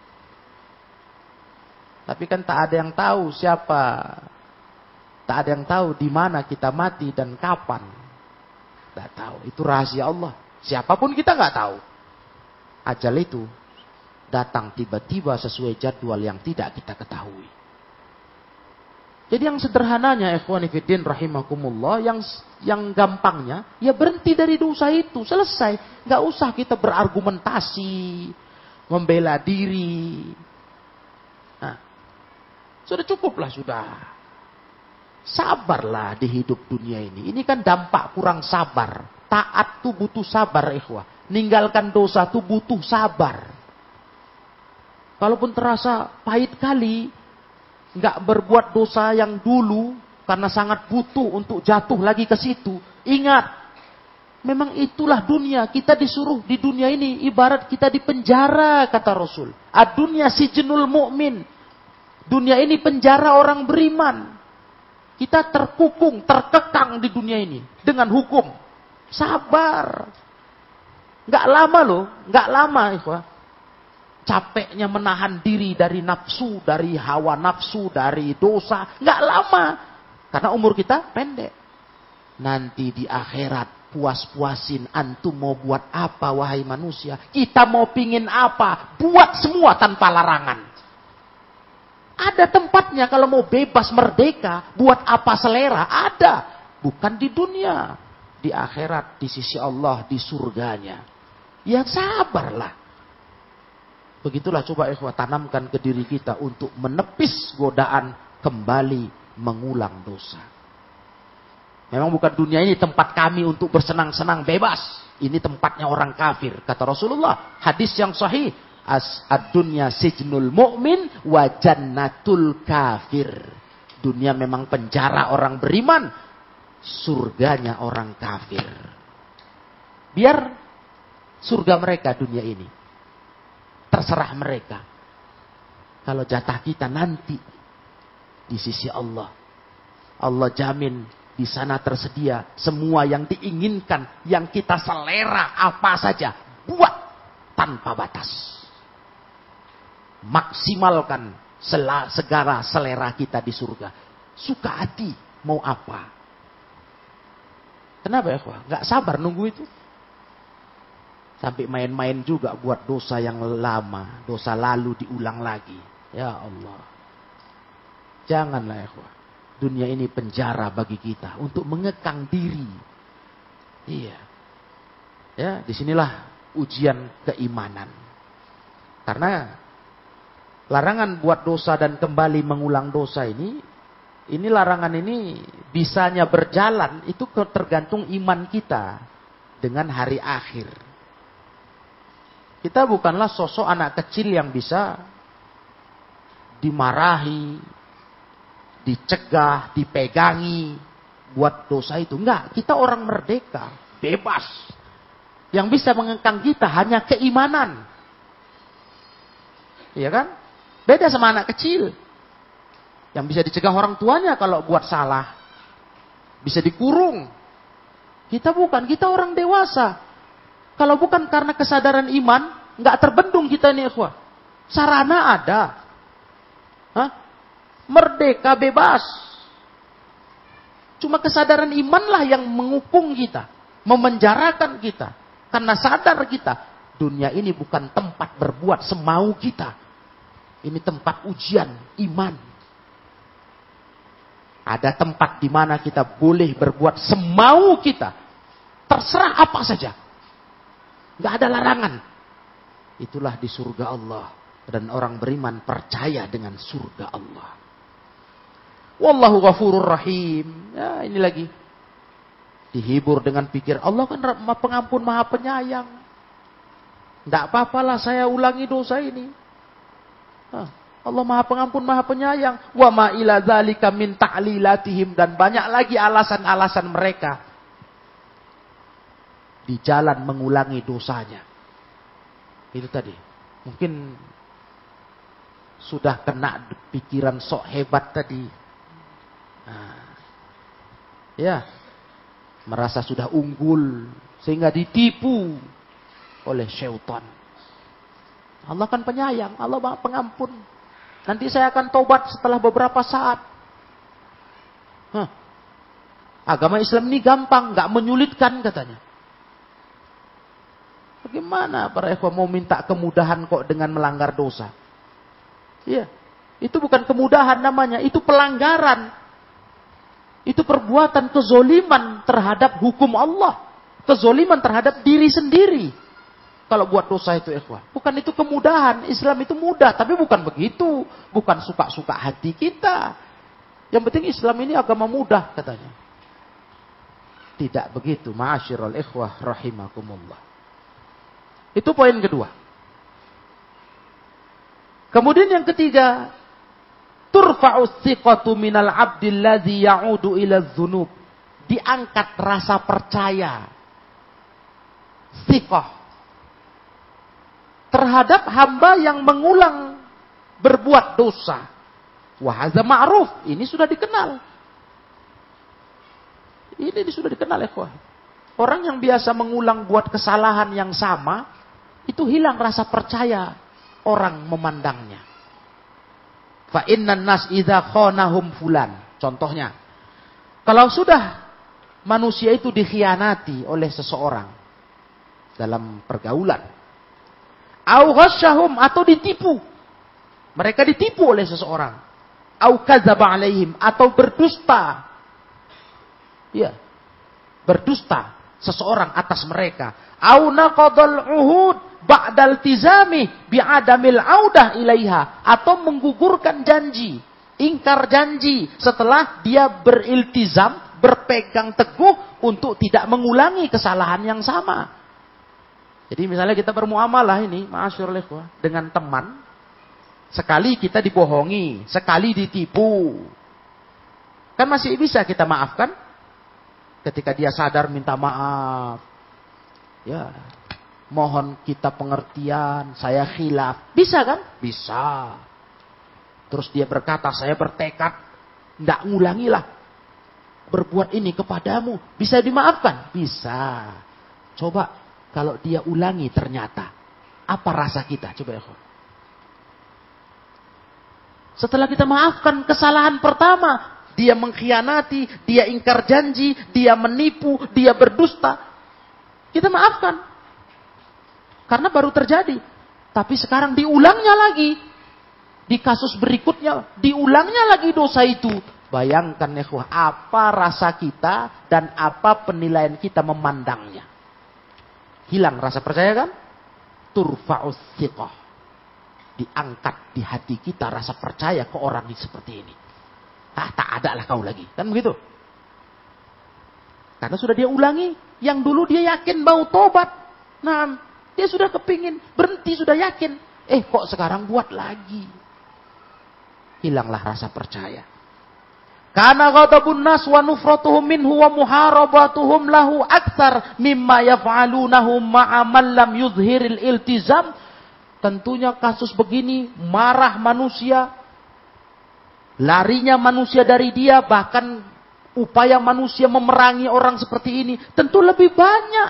Tapi kan tak ada yang tahu siapa. Tak ada yang tahu di mana kita mati dan kapan. Tak tahu. Itu rahasia Allah. Siapapun kita nggak tahu. Ajal itu datang tiba-tiba sesuai jadwal yang tidak kita ketahui. Jadi yang sederhananya, ikhwani fiddin rahimakumullah, yang yang gampangnya, ya berhenti dari dosa itu, selesai. Nggak usah kita berargumentasi, membela diri. Nah, sudah cukuplah sudah. Sabarlah di hidup dunia ini. Ini kan dampak kurang sabar. Taat tuh butuh sabar, ikhwah. Ninggalkan dosa tuh butuh sabar. Kalaupun terasa pahit kali, nggak berbuat dosa yang dulu karena sangat butuh untuk jatuh lagi ke situ. Ingat, memang itulah dunia. Kita disuruh di dunia ini ibarat kita di penjara, kata Rasul. Ad-dunya sijnul mu'min. Dunia ini penjara orang beriman. Kita terkukung, terkekang di dunia ini dengan hukum. Sabar. Nggak lama loh, nggak lama, ikhwah. Capeknya menahan diri dari nafsu, dari hawa nafsu, dari dosa. Nggak lama. Karena umur kita pendek. Nanti di akhirat puas-puasin. Antum mau buat apa wahai manusia? Kita mau pingin apa? Buat semua tanpa larangan. Ada tempatnya kalau mau bebas merdeka. Buat apa selera? Ada. Bukan di dunia. Di akhirat, di sisi Allah, di surganya. Ya sabarlah. Begitulah coba ikhwah tanamkan ke diri kita untuk menepis godaan kembali mengulang dosa. Memang bukan dunia ini tempat kami untuk bersenang-senang bebas. Ini tempatnya orang kafir. Kata Rasulullah. Hadis yang sahih. As ad-dunya sijnul mu'min wa jannatul kafir. Dunia memang penjara orang beriman. Surganya orang kafir. Biar surga mereka dunia ini. Terserah mereka. Kalau jatah kita nanti di sisi Allah. Allah jamin di sana tersedia semua yang diinginkan, yang kita selera apa saja, buat tanpa batas. Maksimalkan segala selera kita di surga. Suka hati mau apa? Kenapa ya, ikhwah? Nggak sabar nunggu itu. Sampai main-main juga buat dosa yang lama. Dosa lalu diulang lagi. Ya Allah. Janganlah ya, ikhwah. Dunia ini penjara bagi kita. Untuk mengekang diri. Iya. Ya, disinilah ujian keimanan. Karena larangan buat dosa dan kembali mengulang dosa ini. Ini larangan ini bisanya berjalan. Itu tergantung iman kita. Dengan hari akhir. Kita bukanlah sosok anak kecil yang bisa dimarahi, dicegah, dipegangi buat dosa itu. Enggak, kita orang merdeka, bebas. Yang bisa mengekang kita hanya keimanan. Iya kan? Beda sama anak kecil. Yang bisa dicegah orang tuanya kalau buat salah. Bisa dikurung. Kita bukan, kita orang dewasa. Kalau bukan karena kesadaran iman, nggak terbendung kita ini, ikhwah. Sarana ada. Hah? Merdeka, bebas. Cuma kesadaran imanlah yang mengupung kita. Memenjarakan kita. Karena sadar kita. Dunia ini bukan tempat berbuat semau kita. Ini tempat ujian iman. Ada tempat di mana kita boleh berbuat semau kita. Terserah apa saja. Nggak ada larangan. Itulah di surga Allah. Dan orang beriman percaya dengan surga Allah. Wallahu ghafurur rahim. Ya ini lagi. Dihibur dengan pikir Allah kan pengampun maha penyayang. Nggak apa-apalah saya ulangi dosa ini. Hah, Allah maha pengampun maha penyayang. Wa ma ila dzalika min ta'lilatihim. Dan banyak lagi alasan-alasan mereka. Di jalan mengulangi dosanya. Itu tadi. Mungkin sudah kena pikiran sok hebat tadi. Nah, ya. Merasa sudah unggul. Sehingga ditipu oleh syaitan. Allah kan penyayang. Allah pengampun. Nanti saya akan tobat setelah beberapa saat. Hah. Agama Islam ini gampang. Gak menyulitkan katanya. Bagaimana para ikhwan mau minta kemudahan kok dengan melanggar dosa? Iya. Itu bukan kemudahan namanya. Itu pelanggaran. Itu perbuatan kezoliman terhadap hukum Allah. Kezoliman terhadap diri sendiri. Kalau buat dosa itu ikhwan. Bukan itu kemudahan. Islam itu mudah. Tapi bukan begitu. Bukan suka-suka hati kita. Yang penting Islam ini agama mudah katanya. Tidak begitu. Ma'asyiral ikhwah rahimakumullah. Itu poin kedua. Kemudian yang ketiga, turfa'us thiqatu minal 'abdil ladzi ya'udu ila dzunub. Diangkat rasa percaya. Thiqah. Terhadap hamba yang mengulang berbuat dosa. Wa hadza ma'ruf. Ini sudah dikenal. Ini sudah dikenal, ikhwah. Orang yang biasa mengulang buat kesalahan yang sama, itu hilang rasa percaya orang memandangnya. Fa innan nas idza khanahum fulan. Contohnya, kalau sudah manusia itu dikhianati oleh seseorang dalam pergaulan, au ghasyahum, atau ditipu. Mereka ditipu oleh seseorang. Au kadzaba alaihim, atau berdusta. Ya. Berdusta seseorang atas mereka. Au naqadal uhud ba'dal tizami bi'adamil audah ilaiha, atau menggugurkan janji, ingkar janji setelah dia beriltizam, berpegang teguh untuk tidak mengulangi kesalahan yang sama. Jadi misalnya kita bermuamalah ini, ma'asyurul ikhwah, dengan teman, sekali kita dibohongi, sekali ditipu. Kan masih bisa kita maafkan ketika dia sadar minta maaf. Ya, mohon kita pengertian, saya khilaf. Bisa kan? Bisa. Terus dia berkata, saya bertekad tidak ngulangilah berbuat ini kepadamu. Bisa dimaafkan? Bisa. Coba kalau dia ulangi ternyata, apa rasa kita? Coba ya. Setelah kita maafkan kesalahan pertama, dia mengkhianati, dia ingkar janji, dia menipu, dia berdusta, kita maafkan. Karena baru terjadi. Tapi sekarang diulangnya lagi. Di kasus berikutnya, diulangnya lagi dosa itu. Bayangkan ya, apa rasa kita dan apa penilaian kita memandangnya. Hilang rasa percaya kan? Turfa'us thiqah. Diangkat di hati kita rasa percaya ke orang yang seperti ini. Ah, tak ada lah kau lagi. Kan begitu? Karena sudah dia ulangi. Yang dulu dia yakin mau tobat. Nah, dia sudah kepingin berhenti, sudah yakin. Eh, kok sekarang buat lagi? Hilanglah rasa percaya. Karena ghadabun nas wa nufratuhum minhu wa muharabatuhum lahu aktsar mimma yaf'alunahu ma'a man lam yuzhiril iltizam. Tentunya kasus begini, marah manusia, larinya manusia dari dia, bahkan upaya manusia memerangi orang seperti ini tentu lebih banyak.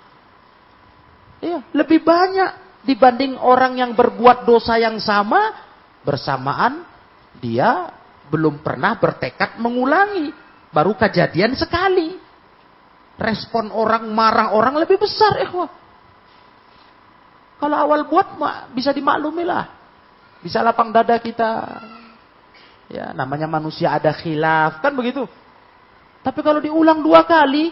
Ya, lebih banyak dibanding orang yang berbuat dosa yang sama bersamaan dia belum pernah bertekad mengulangi. Baru kejadian sekali. Respon orang, marah orang lebih besar, ikhwah. Kalau awal buat bisa dimaklumi lah. Bisa lapang dada kita. Ya, namanya manusia ada khilaf, kan begitu. Tapi kalau diulang dua kali,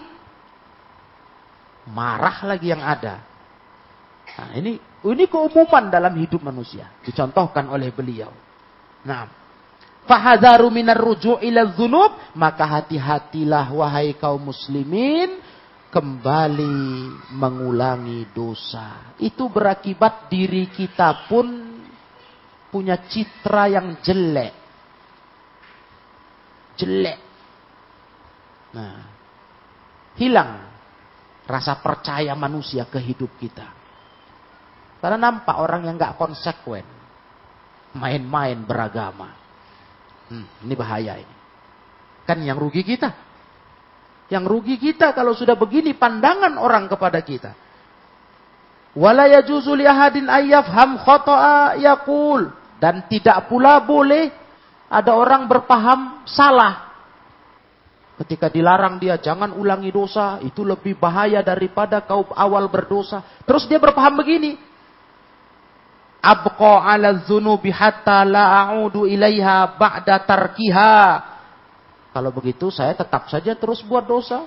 marah lagi yang ada. Nah, ini ini keumuman dalam hidup manusia. Dicontohkan oleh beliau. Nah, fahadharu minar ruju' ila dzunub, maka hati-hatilah wahai kaum muslimin kembali mengulangi dosa. Itu berakibat diri kita pun punya citra yang jelek. Jelek. Nah, hilang rasa percaya manusia ke hidup kita. Karena nampak orang yang gak konsekuen. Main-main beragama. Hmm, ini bahaya ini. Kan yang rugi kita. Yang rugi kita kalau sudah begini pandangan orang kepada kita. Wala yajuzu li ahadin ayyafham khata'a yaqul, dan tidak pula boleh ada orang berpaham salah. Ketika dilarang dia jangan ulangi dosa, itu lebih bahaya daripada kau awal berdosa. Terus dia berpaham begini. Abqa 'ala dzunubi hatta la a'udu ilaiha ba'da tarkiha. Kalau begitu saya tetap saja terus buat dosa.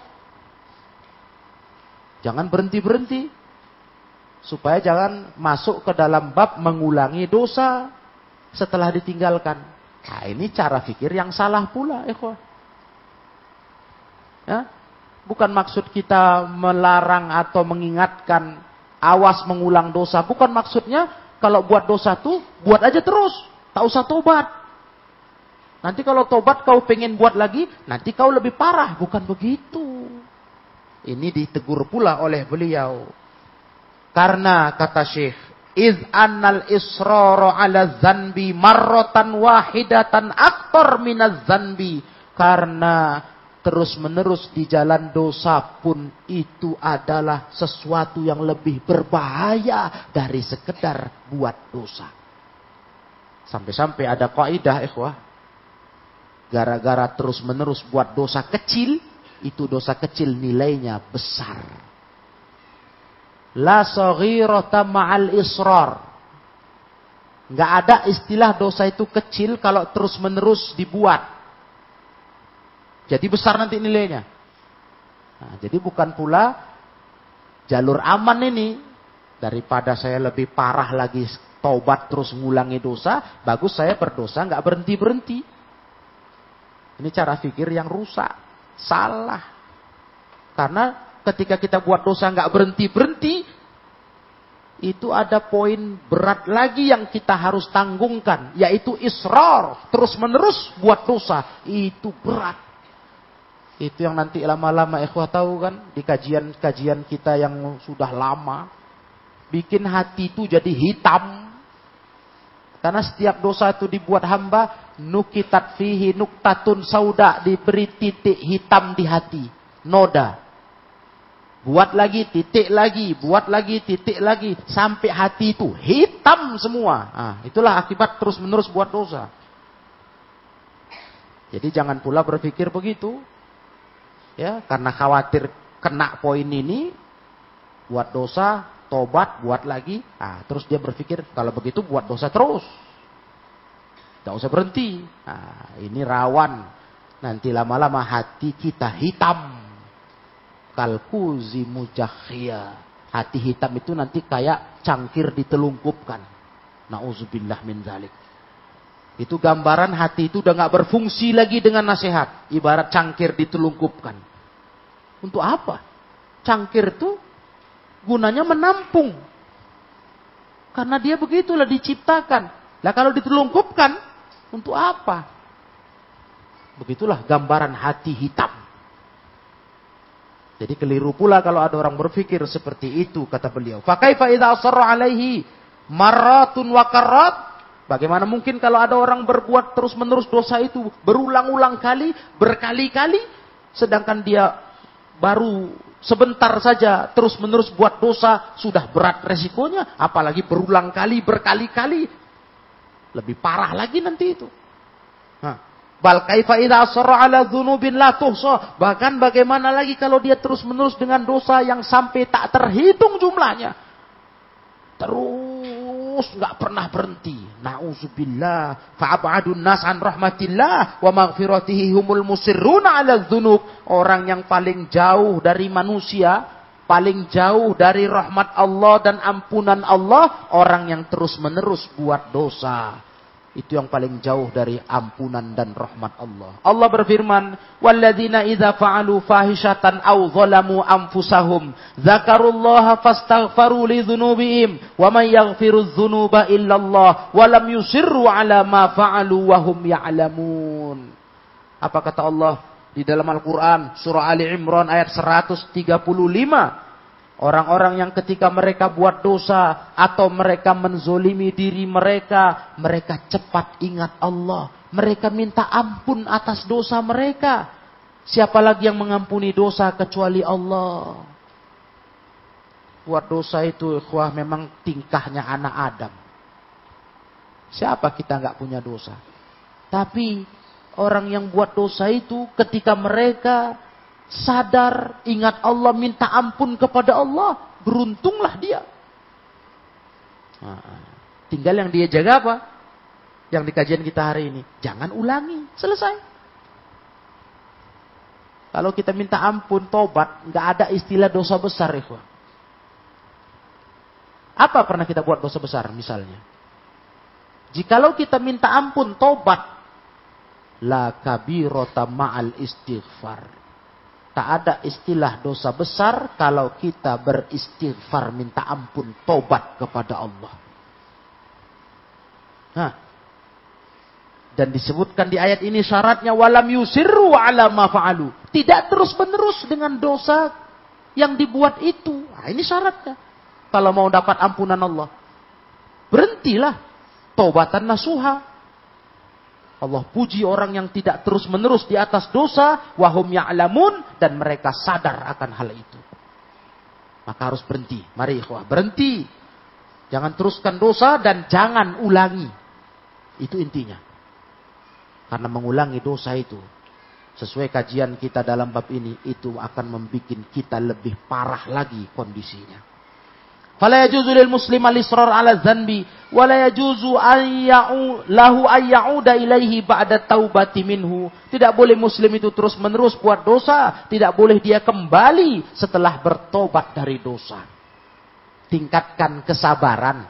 Jangan berhenti-berhenti. Supaya jangan masuk ke dalam bab mengulangi dosa setelah ditinggalkan. Nah, ini cara fikir yang salah pula, ikhwah. Ya? Bukan maksud kita melarang atau mengingatkan awas mengulang dosa. Bukan maksudnya kalau buat dosa tuh, buat aja terus. Tak usah tobat. Nanti kalau tobat kau pengen buat lagi, nanti kau lebih parah. Bukan begitu. Ini ditegur pula oleh beliau. Karena kata Syekh iz annal israra ala zanbi marratan wahidatan aktor minaz zanbi. Karena terus-menerus di jalan dosa pun itu adalah sesuatu yang lebih berbahaya dari sekedar buat dosa. Sampai-sampai ada kaidah, ikhwah. Gara-gara terus-menerus buat dosa kecil, itu dosa kecil nilainya besar. La saghirata ma'al israr. Nggak ada istilah dosa itu kecil kalau terus-menerus dibuat. Jadi besar nanti nilainya. Nah, jadi bukan pula jalur aman ini. Daripada saya lebih parah lagi taubat terus ngulangi dosa, bagus saya berdosa nggak berhenti-berhenti. Ini cara pikir yang rusak. Salah. Karena ketika kita buat dosa nggak berhenti-berhenti, itu ada poin berat lagi yang kita harus tanggungkan, yaitu israr, terus-menerus buat dosa. Itu berat. Itu yang nanti lama-lama ikhwah tahu kan, di kajian-kajian kita yang sudah lama, bikin hati itu jadi hitam. Karena setiap dosa itu dibuat hamba, nukitat fihi nuktatun sauda, diberi titik hitam di hati, noda. Buat lagi, titik lagi, buat lagi, titik lagi. Sampai hati itu hitam semua. Nah, itulah akibat terus-menerus buat dosa. Jadi jangan pula berpikir begitu. Ya, karena khawatir kena poin ini, buat dosa, tobat, buat lagi. Nah, terus dia berpikir, kalau begitu buat dosa terus. Tidak usah berhenti. Nah, ini rawan. Nanti lama-lama hati kita hitam. Kalkuzi mujakhia. Hati hitam itu nanti kayak cangkir ditelungkupkan. Nauzubillah min dzalik. Itu gambaran hati itu udah gak berfungsi lagi dengan nasihat. Ibarat cangkir ditelungkupkan. Untuk apa? Cangkir itu gunanya menampung. Karena dia begitulah diciptakan. Lah kalau ditelungkupkan, untuk apa? Begitulah gambaran hati hitam. Jadi keliru pula kalau ada orang berpikir seperti itu, kata beliau. Fa kaifa idza asarra alaihi marratun wa karrat? Bagaimana mungkin kalau ada orang berbuat terus-menerus dosa itu berulang-ulang kali, berkali-kali, sedangkan dia baru sebentar saja terus-menerus buat dosa, sudah berat resikonya, apalagi berulang kali, berkali-kali. Lebih parah lagi nanti itu. Nah. Bal kaifa idza asarra ala dzunubin la tuhsa. Bahkan bagaimana lagi kalau dia terus-menerus dengan dosa yang sampai tak terhitung jumlahnya. Terus enggak pernah berhenti. Nauzubillah. Fa'abadun nas an rahmatillah wa maghfiratihi humul musirruna ala dzunub. Orang yang paling jauh dari manusia, paling jauh dari rahmat Allah dan ampunan Allah, orang yang terus-menerus buat dosa. Itu yang paling jauh dari ampunan dan rahmat Allah. Allah berfirman, "Walladzina idza fa'alu fahishatan aw zalamu anfusahum, dzakarullaha fastaghfaru li dzunubihim, wa may yaghfiru dzunuba illallah, wa lam yusirru 'ala ma fa'alu wa hum ya'lamun." Apa kata Allah di dalam Al-Qur'an surah Ali Imran ayat seratus tiga puluh lima? Orang-orang yang ketika mereka buat dosa atau mereka menzolimi diri mereka, mereka cepat ingat Allah. Mereka minta ampun atas dosa mereka. Siapa lagi yang mengampuni dosa kecuali Allah? Buat dosa itu, ikhwah, memang tingkahnya anak Adam. Siapa kita nggak punya dosa? Tapi orang yang buat dosa itu ketika mereka sadar, ingat Allah, minta ampun kepada Allah, beruntunglah dia. Nah, tinggal yang dia jaga apa? Yang di kajian kita hari ini, jangan ulangi, selesai. Kalau kita minta ampun, tobat, nggak ada istilah dosa besar, ikhwan. Apa pernah kita buat dosa besar, misalnya? Jikalau kita minta ampun, tobat, la kabirota ma'al istighfar. Tak ada istilah dosa besar kalau kita beristighfar, minta ampun, tobat kepada Allah. Nah, dan disebutkan di ayat ini syaratnya walam yusirru ala ma fa'alu. Tidak terus-menerus dengan dosa yang dibuat itu. Nah, ini syaratnya. Kalau mau dapat ampunan Allah. Berhentilah. Taubatan nasuha. Allah puji orang yang tidak terus-menerus di atas dosa. Wahum ya'lamun. Dan mereka sadar akan hal itu. Maka harus berhenti. Mari ikhwah, berhenti. Jangan teruskan dosa dan jangan ulangi. Itu intinya. Karena mengulangi dosa itu, sesuai kajian kita dalam bab ini, itu akan membuat kita lebih parah lagi kondisinya. Fala yajuzu lil muslim al-israr ala dzanbi wa la yajuzu an ya'u lahu ay ya'uda ilaihi ba'da taubati minhu. Tidak boleh muslim itu terus-menerus buat dosa, tidak boleh dia kembali setelah bertobat dari dosa. Tingkatkan kesabaran.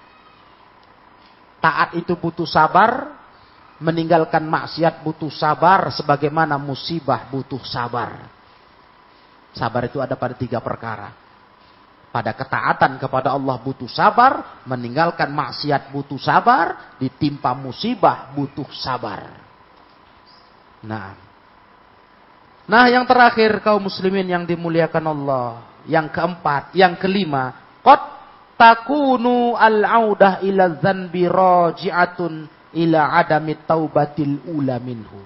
Taat itu butuh sabar, meninggalkan maksiat butuh sabar, sebagaimana musibah butuh sabar. Sabar itu ada pada tiga perkara. Pada ketaatan kepada Allah butuh sabar, meninggalkan maksiat butuh sabar, ditimpa musibah butuh sabar. Nah, nah yang terakhir kaum muslimin yang dimuliakan Allah, yang keempat, yang kelima, qad takunu al-audah ila dzanbi raji'atun ila adami taubatil ula minhu.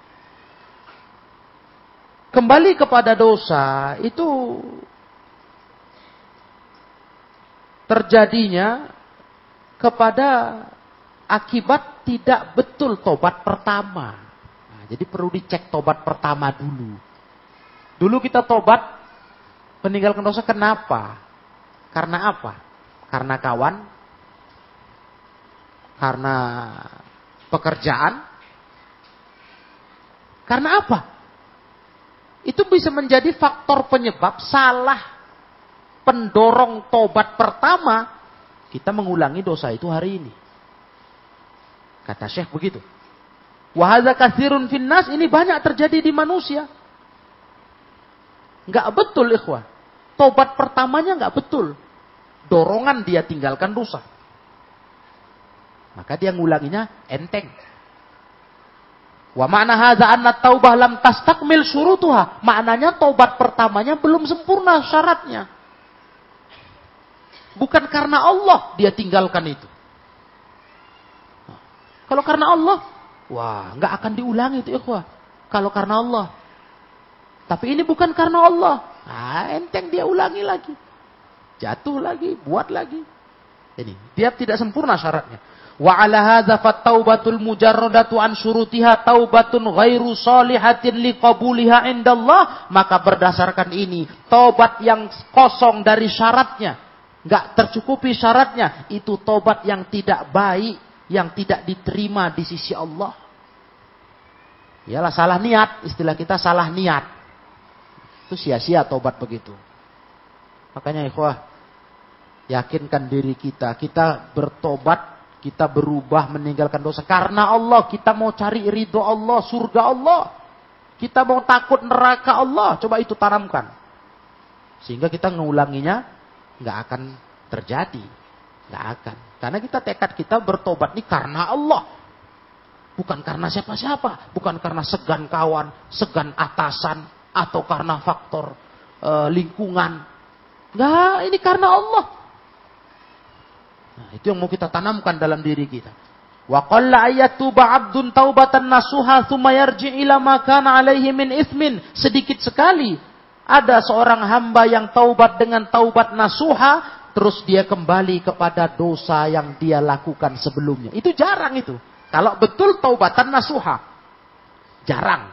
Kembali kepada dosa itu terjadinya kepada akibat tidak betul tobat pertama. Nah, jadi perlu dicek tobat pertama dulu. Dulu kita tobat meninggalkan dosa kenapa? Karena apa? Karena kawan? Karena pekerjaan? Karena apa? Itu bisa menjadi faktor penyebab salah. Pendorong tobat pertama, kita mengulangi dosa itu hari ini. Kata Syekh begitu. Wa hadza katsirun finnas, ini banyak terjadi di manusia. Enggak betul ikhwah. Tobat pertamanya enggak betul. Dorongan dia tinggalkan dosa. Maka dia ngulanginya enteng. Wa ma'na hadza anna taubah lam tastakmil syurutuha. Maknanya tobat pertamanya belum sempurna syaratnya. Bukan karena Allah dia tinggalkan itu. Nah, kalau karena Allah, wah, nggak akan diulangi itu ikhwah. Kalau karena Allah. Tapi ini bukan karena Allah. Nah, enteng dia ulangi lagi. Jatuh lagi, buat lagi. Ini, dia tidak sempurna syaratnya. Wa ala hadza fattaubatul mujarradatu an syurutiha taubatun ghairu shalihatin liqabuliha indallah. Maka berdasarkan ini, taubat yang kosong dari syaratnya, nggak tercukupi syaratnya, itu tobat yang tidak baik, yang tidak diterima di sisi Allah. Iyalah salah niat, istilah kita salah niat. Itu sia-sia tobat begitu. Makanya ikhwah, yakinkan diri kita, kita bertobat, kita berubah meninggalkan dosa karena Allah. Kita mau cari ridho Allah, surga Allah. Kita mau takut neraka Allah. Coba itu tanamkan. Sehingga kita ngulanginya nggak akan terjadi, nggak akan. Karena kita tekad kita bertobat ini karena Allah, bukan karena siapa-siapa, bukan karena segan kawan, segan atasan, atau karena faktor e, lingkungan. Nggak, ini karena Allah. Nah, itu yang mau kita tanamkan dalam diri kita. Wa qalla ayatuba 'abdun taubatan nasuha tsumma yarji ila ma kana 'alaihi min itsmin. Sedikit sekali ada seorang hamba yang taubat dengan taubat nasuha, terus dia kembali kepada dosa yang dia lakukan sebelumnya. Itu jarang itu. Kalau betul taubatan nasuha, jarang.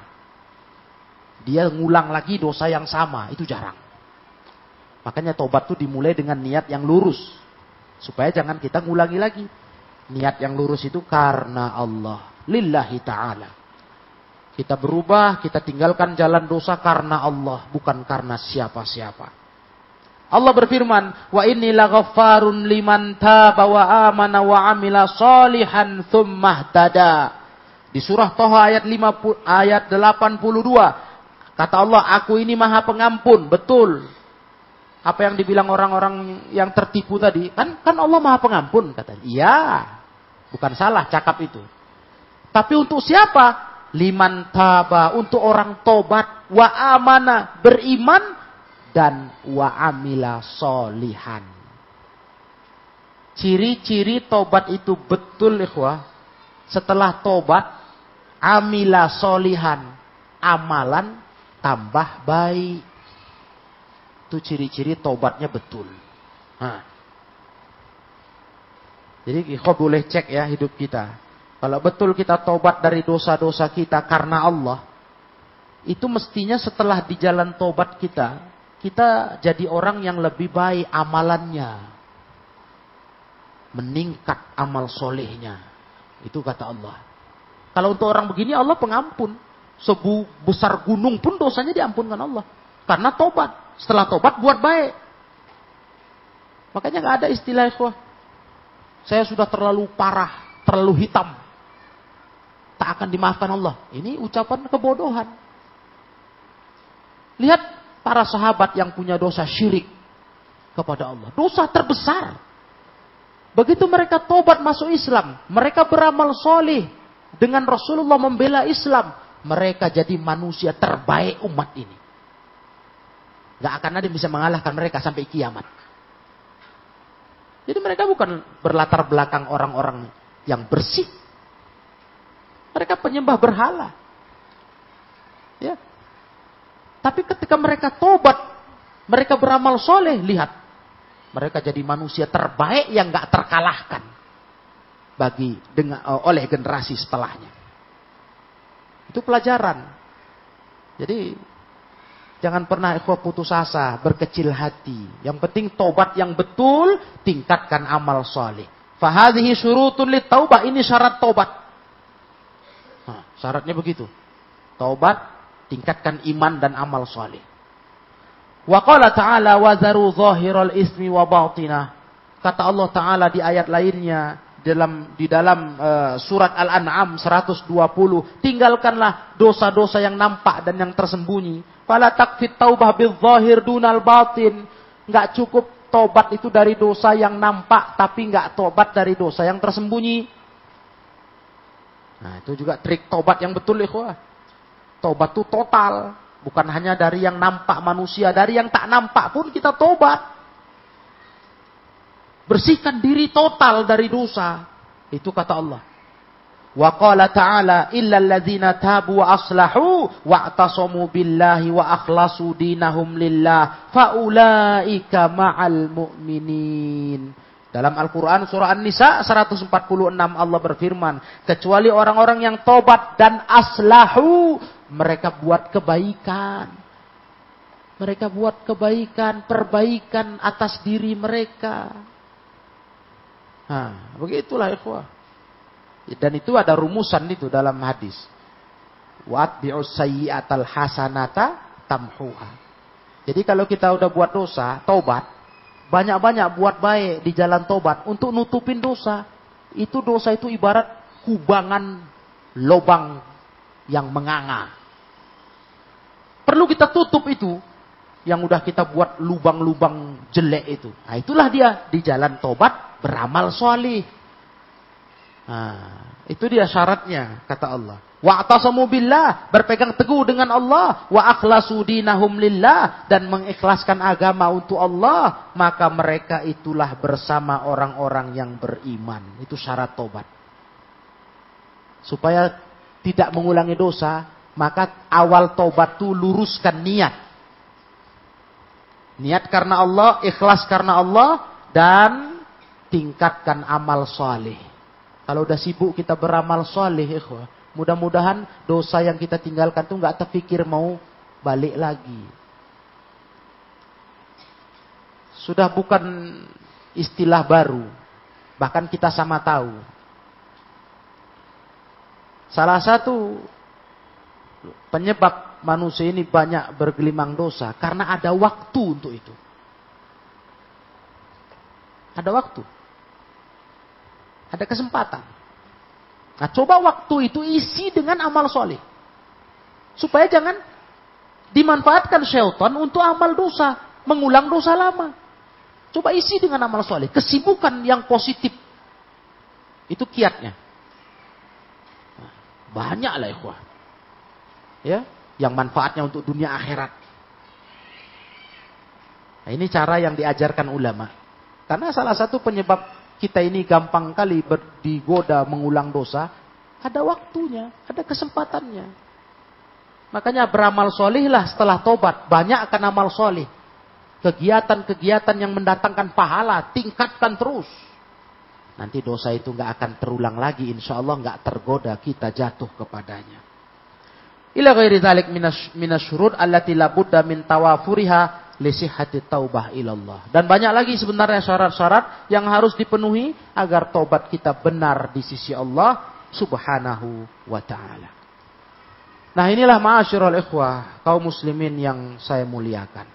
Dia ngulang lagi dosa yang sama, itu jarang. Makanya taubat itu dimulai dengan niat yang lurus. Supaya jangan kita ngulangi lagi. Niat yang lurus itu karena Allah. Lillahi ta'ala. Kita berubah, kita tinggalkan jalan dosa karena Allah, bukan karena siapa-siapa. Allah berfirman, wa inni laghaffarun liman taba wa amana wa amila shalihan tsumma ihtada. Di surah Thaha ayat lima puluh, ayat delapan puluh dua, kata Allah, aku ini Maha Pengampun. Betul. Apa yang dibilang orang-orang yang tertipu tadi, kan kan Allah Maha Pengampun katanya. Iya. Bukan salah cakap itu. Tapi untuk siapa? Liman taba, untuk orang tobat, wa amana, beriman, dan wa amila solihan. Ciri-ciri tobat itu betul ikhwah. Setelah tobat, amila solihan, amalan tambah baik. Itu ciri-ciri tobatnya betul. Nah. Jadi ikhwah boleh cek ya hidup kita. Kalau betul kita tobat dari dosa-dosa kita karena Allah, itu mestinya setelah di jalan tobat kita, kita jadi orang yang lebih baik amalannya. Meningkat amal solehnya. Itu kata Allah. Kalau untuk orang begini Allah pengampun. Sebesar gunung pun dosanya diampunkan Allah. Karena tobat. Setelah tobat buat baik. Makanya gak ada istilah ikhwah. Saya sudah terlalu parah. Terlalu hitam. Tak akan dimaafkan Allah. Ini ucapan kebodohan. Lihat para sahabat yang punya dosa syirik kepada Allah. Dosa terbesar. Begitu mereka tobat masuk Islam, mereka beramal soleh dengan Rasulullah membela Islam, mereka jadi manusia terbaik umat ini. Gak akan ada yang bisa mengalahkan mereka sampai kiamat. Jadi mereka bukan berlatar belakang orang-orang yang bersih. Mereka penyembah berhala. Ya. Tapi ketika mereka tobat, mereka beramal soleh, lihat. Mereka jadi manusia terbaik yang gak terkalahkan bagi dengan oleh generasi setelahnya. Itu pelajaran. Jadi jangan pernah ikhwah putus asa, berkecil hati. Yang penting tobat yang betul, tingkatkan amal saleh. Fahadhihi syurutun lit taubah, ini syarat tobat. Nah, syaratnya begitu. Tobat, tingkatkan iman dan amal saleh. Wa qala ta'ala wa dharu zahiral ismi wa batinah. Kata Allah Ta'ala di ayat lainnya dalam di dalam uh, surat Al-An'am seratus dua puluh, tinggalkanlah dosa-dosa yang nampak dan yang tersembunyi. Fala takfit taubah bil zahir dunal batin. Enggak cukup tobat itu dari dosa yang nampak tapi enggak tobat dari dosa yang tersembunyi. Nah, itu juga trik tobat yang betul ikhwah. Tobat itu total. Bukan hanya dari yang nampak manusia. Dari yang tak nampak pun kita tobat. Bersihkan diri total dari dosa. Itu kata Allah. Wa qala ta'ala illal ladzina tabu wa aslahu wa'tasamu billahi wa akhlasu dinahum lillah faulaika ma'al mu'minin. Dalam Al-Quran surah An-Nisa seratus empat puluh enam Allah berfirman, kecuali orang-orang yang tobat dan aslahu, mereka buat kebaikan. Mereka buat kebaikan, perbaikan atas diri mereka. Nah, begitulah ikhwah. Dan itu ada rumusan itu dalam hadis. Wa'atbi'us sayyi'atal hasanata tamhuha. Jadi kalau kita udah buat dosa, tobat, banyak-banyak buat baik di jalan tobat untuk nutupin dosa. Itu dosa itu ibarat kubangan lubang yang menganga. Perlu kita tutup itu yang udah kita buat lubang-lubang jelek itu. Nah, itulah dia di jalan tobat beramal soleh. Nah, itu dia syaratnya kata Allah. Wa'tasamu billah, berpegang teguh dengan Allah, wa akhlasu dinahum lillah, dan mengikhlaskan agama untuk Allah, maka mereka itulah bersama orang-orang yang beriman. Itu syarat tobat. Supaya tidak mengulangi dosa, maka awal tobat itu luruskan niat. Niat karena Allah, ikhlas karena Allah, dan tingkatkan amal soleh. Kalau udah sibuk kita beramal soleh, ikhwah, mudah-mudahan dosa yang kita tinggalkan itu nggak terpikir mau balik lagi. Sudah bukan istilah baru, bahkan kita sama tahu. Salah satu penyebab manusia ini banyak bergelimang dosa karena ada waktu untuk itu. Ada waktu. Ada kesempatan. Nah, coba waktu itu isi dengan amal soleh. Supaya jangan dimanfaatkan syaitan untuk amal dosa. Mengulang dosa lama. Coba isi dengan amal soleh. Kesibukan yang positif. Itu kiatnya. Nah, banyak lah ikhwah. Ya, yang manfaatnya untuk dunia akhirat. Nah, ini cara yang diajarkan ulama. Karena salah satu penyebab kita ini gampang kali ber, digoda mengulang dosa, ada waktunya, ada kesempatannya. Makanya beramal solihlah setelah tobat. Banyakkan amal solih. Kegiatan-kegiatan yang mendatangkan pahala, tingkatkan terus. Nanti dosa itu nggak akan terulang lagi. Insya Allah nggak tergoda kita jatuh kepadanya. Ila ghairi dzalik minas syurut allati la budda min tawafuriha li sihhati taubah ilallah. Dan banyak lagi sebenarnya syarat-syarat yang harus dipenuhi agar tobat kita benar di sisi Allah Subhanahu wa ta'ala. Nah, inilah ma'asyiral ikhwah kaum muslimin yang saya muliakan.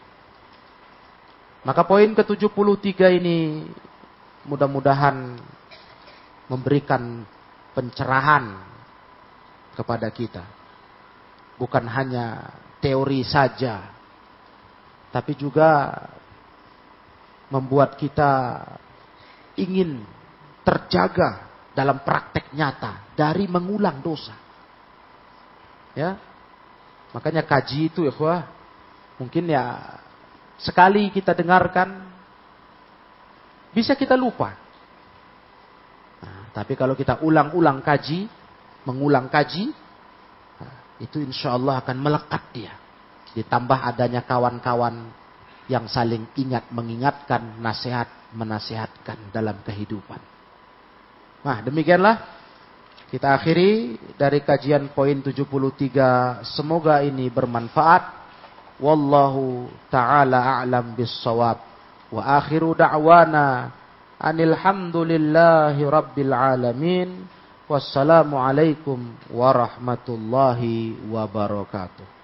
Maka poin ke tujuh puluh tiga ini mudah-mudahan memberikan pencerahan kepada kita. Bukan hanya teori saja, tapi juga membuat kita ingin terjaga dalam praktek nyata dari mengulang dosa. Ya. Makanya kaji itu ikhwah, mungkin ya sekali kita dengarkan bisa kita lupa. Nah, tapi kalau kita ulang-ulang kaji, mengulang kaji, nah, itu insya Allah akan melekat dia. Ditambah adanya kawan-kawan yang saling ingat mengingatkan, nasihat menasihatkan dalam kehidupan. Nah, demikianlah kita akhiri dari kajian poin tujuh puluh tiga. Semoga ini bermanfaat. Wallahu ta'ala a'lam bis-shawab. Wa akhiru da'wana anil hamdulillahi rabbil alamin. Wassalamu alaikum warahmatullahi wabarakatuh.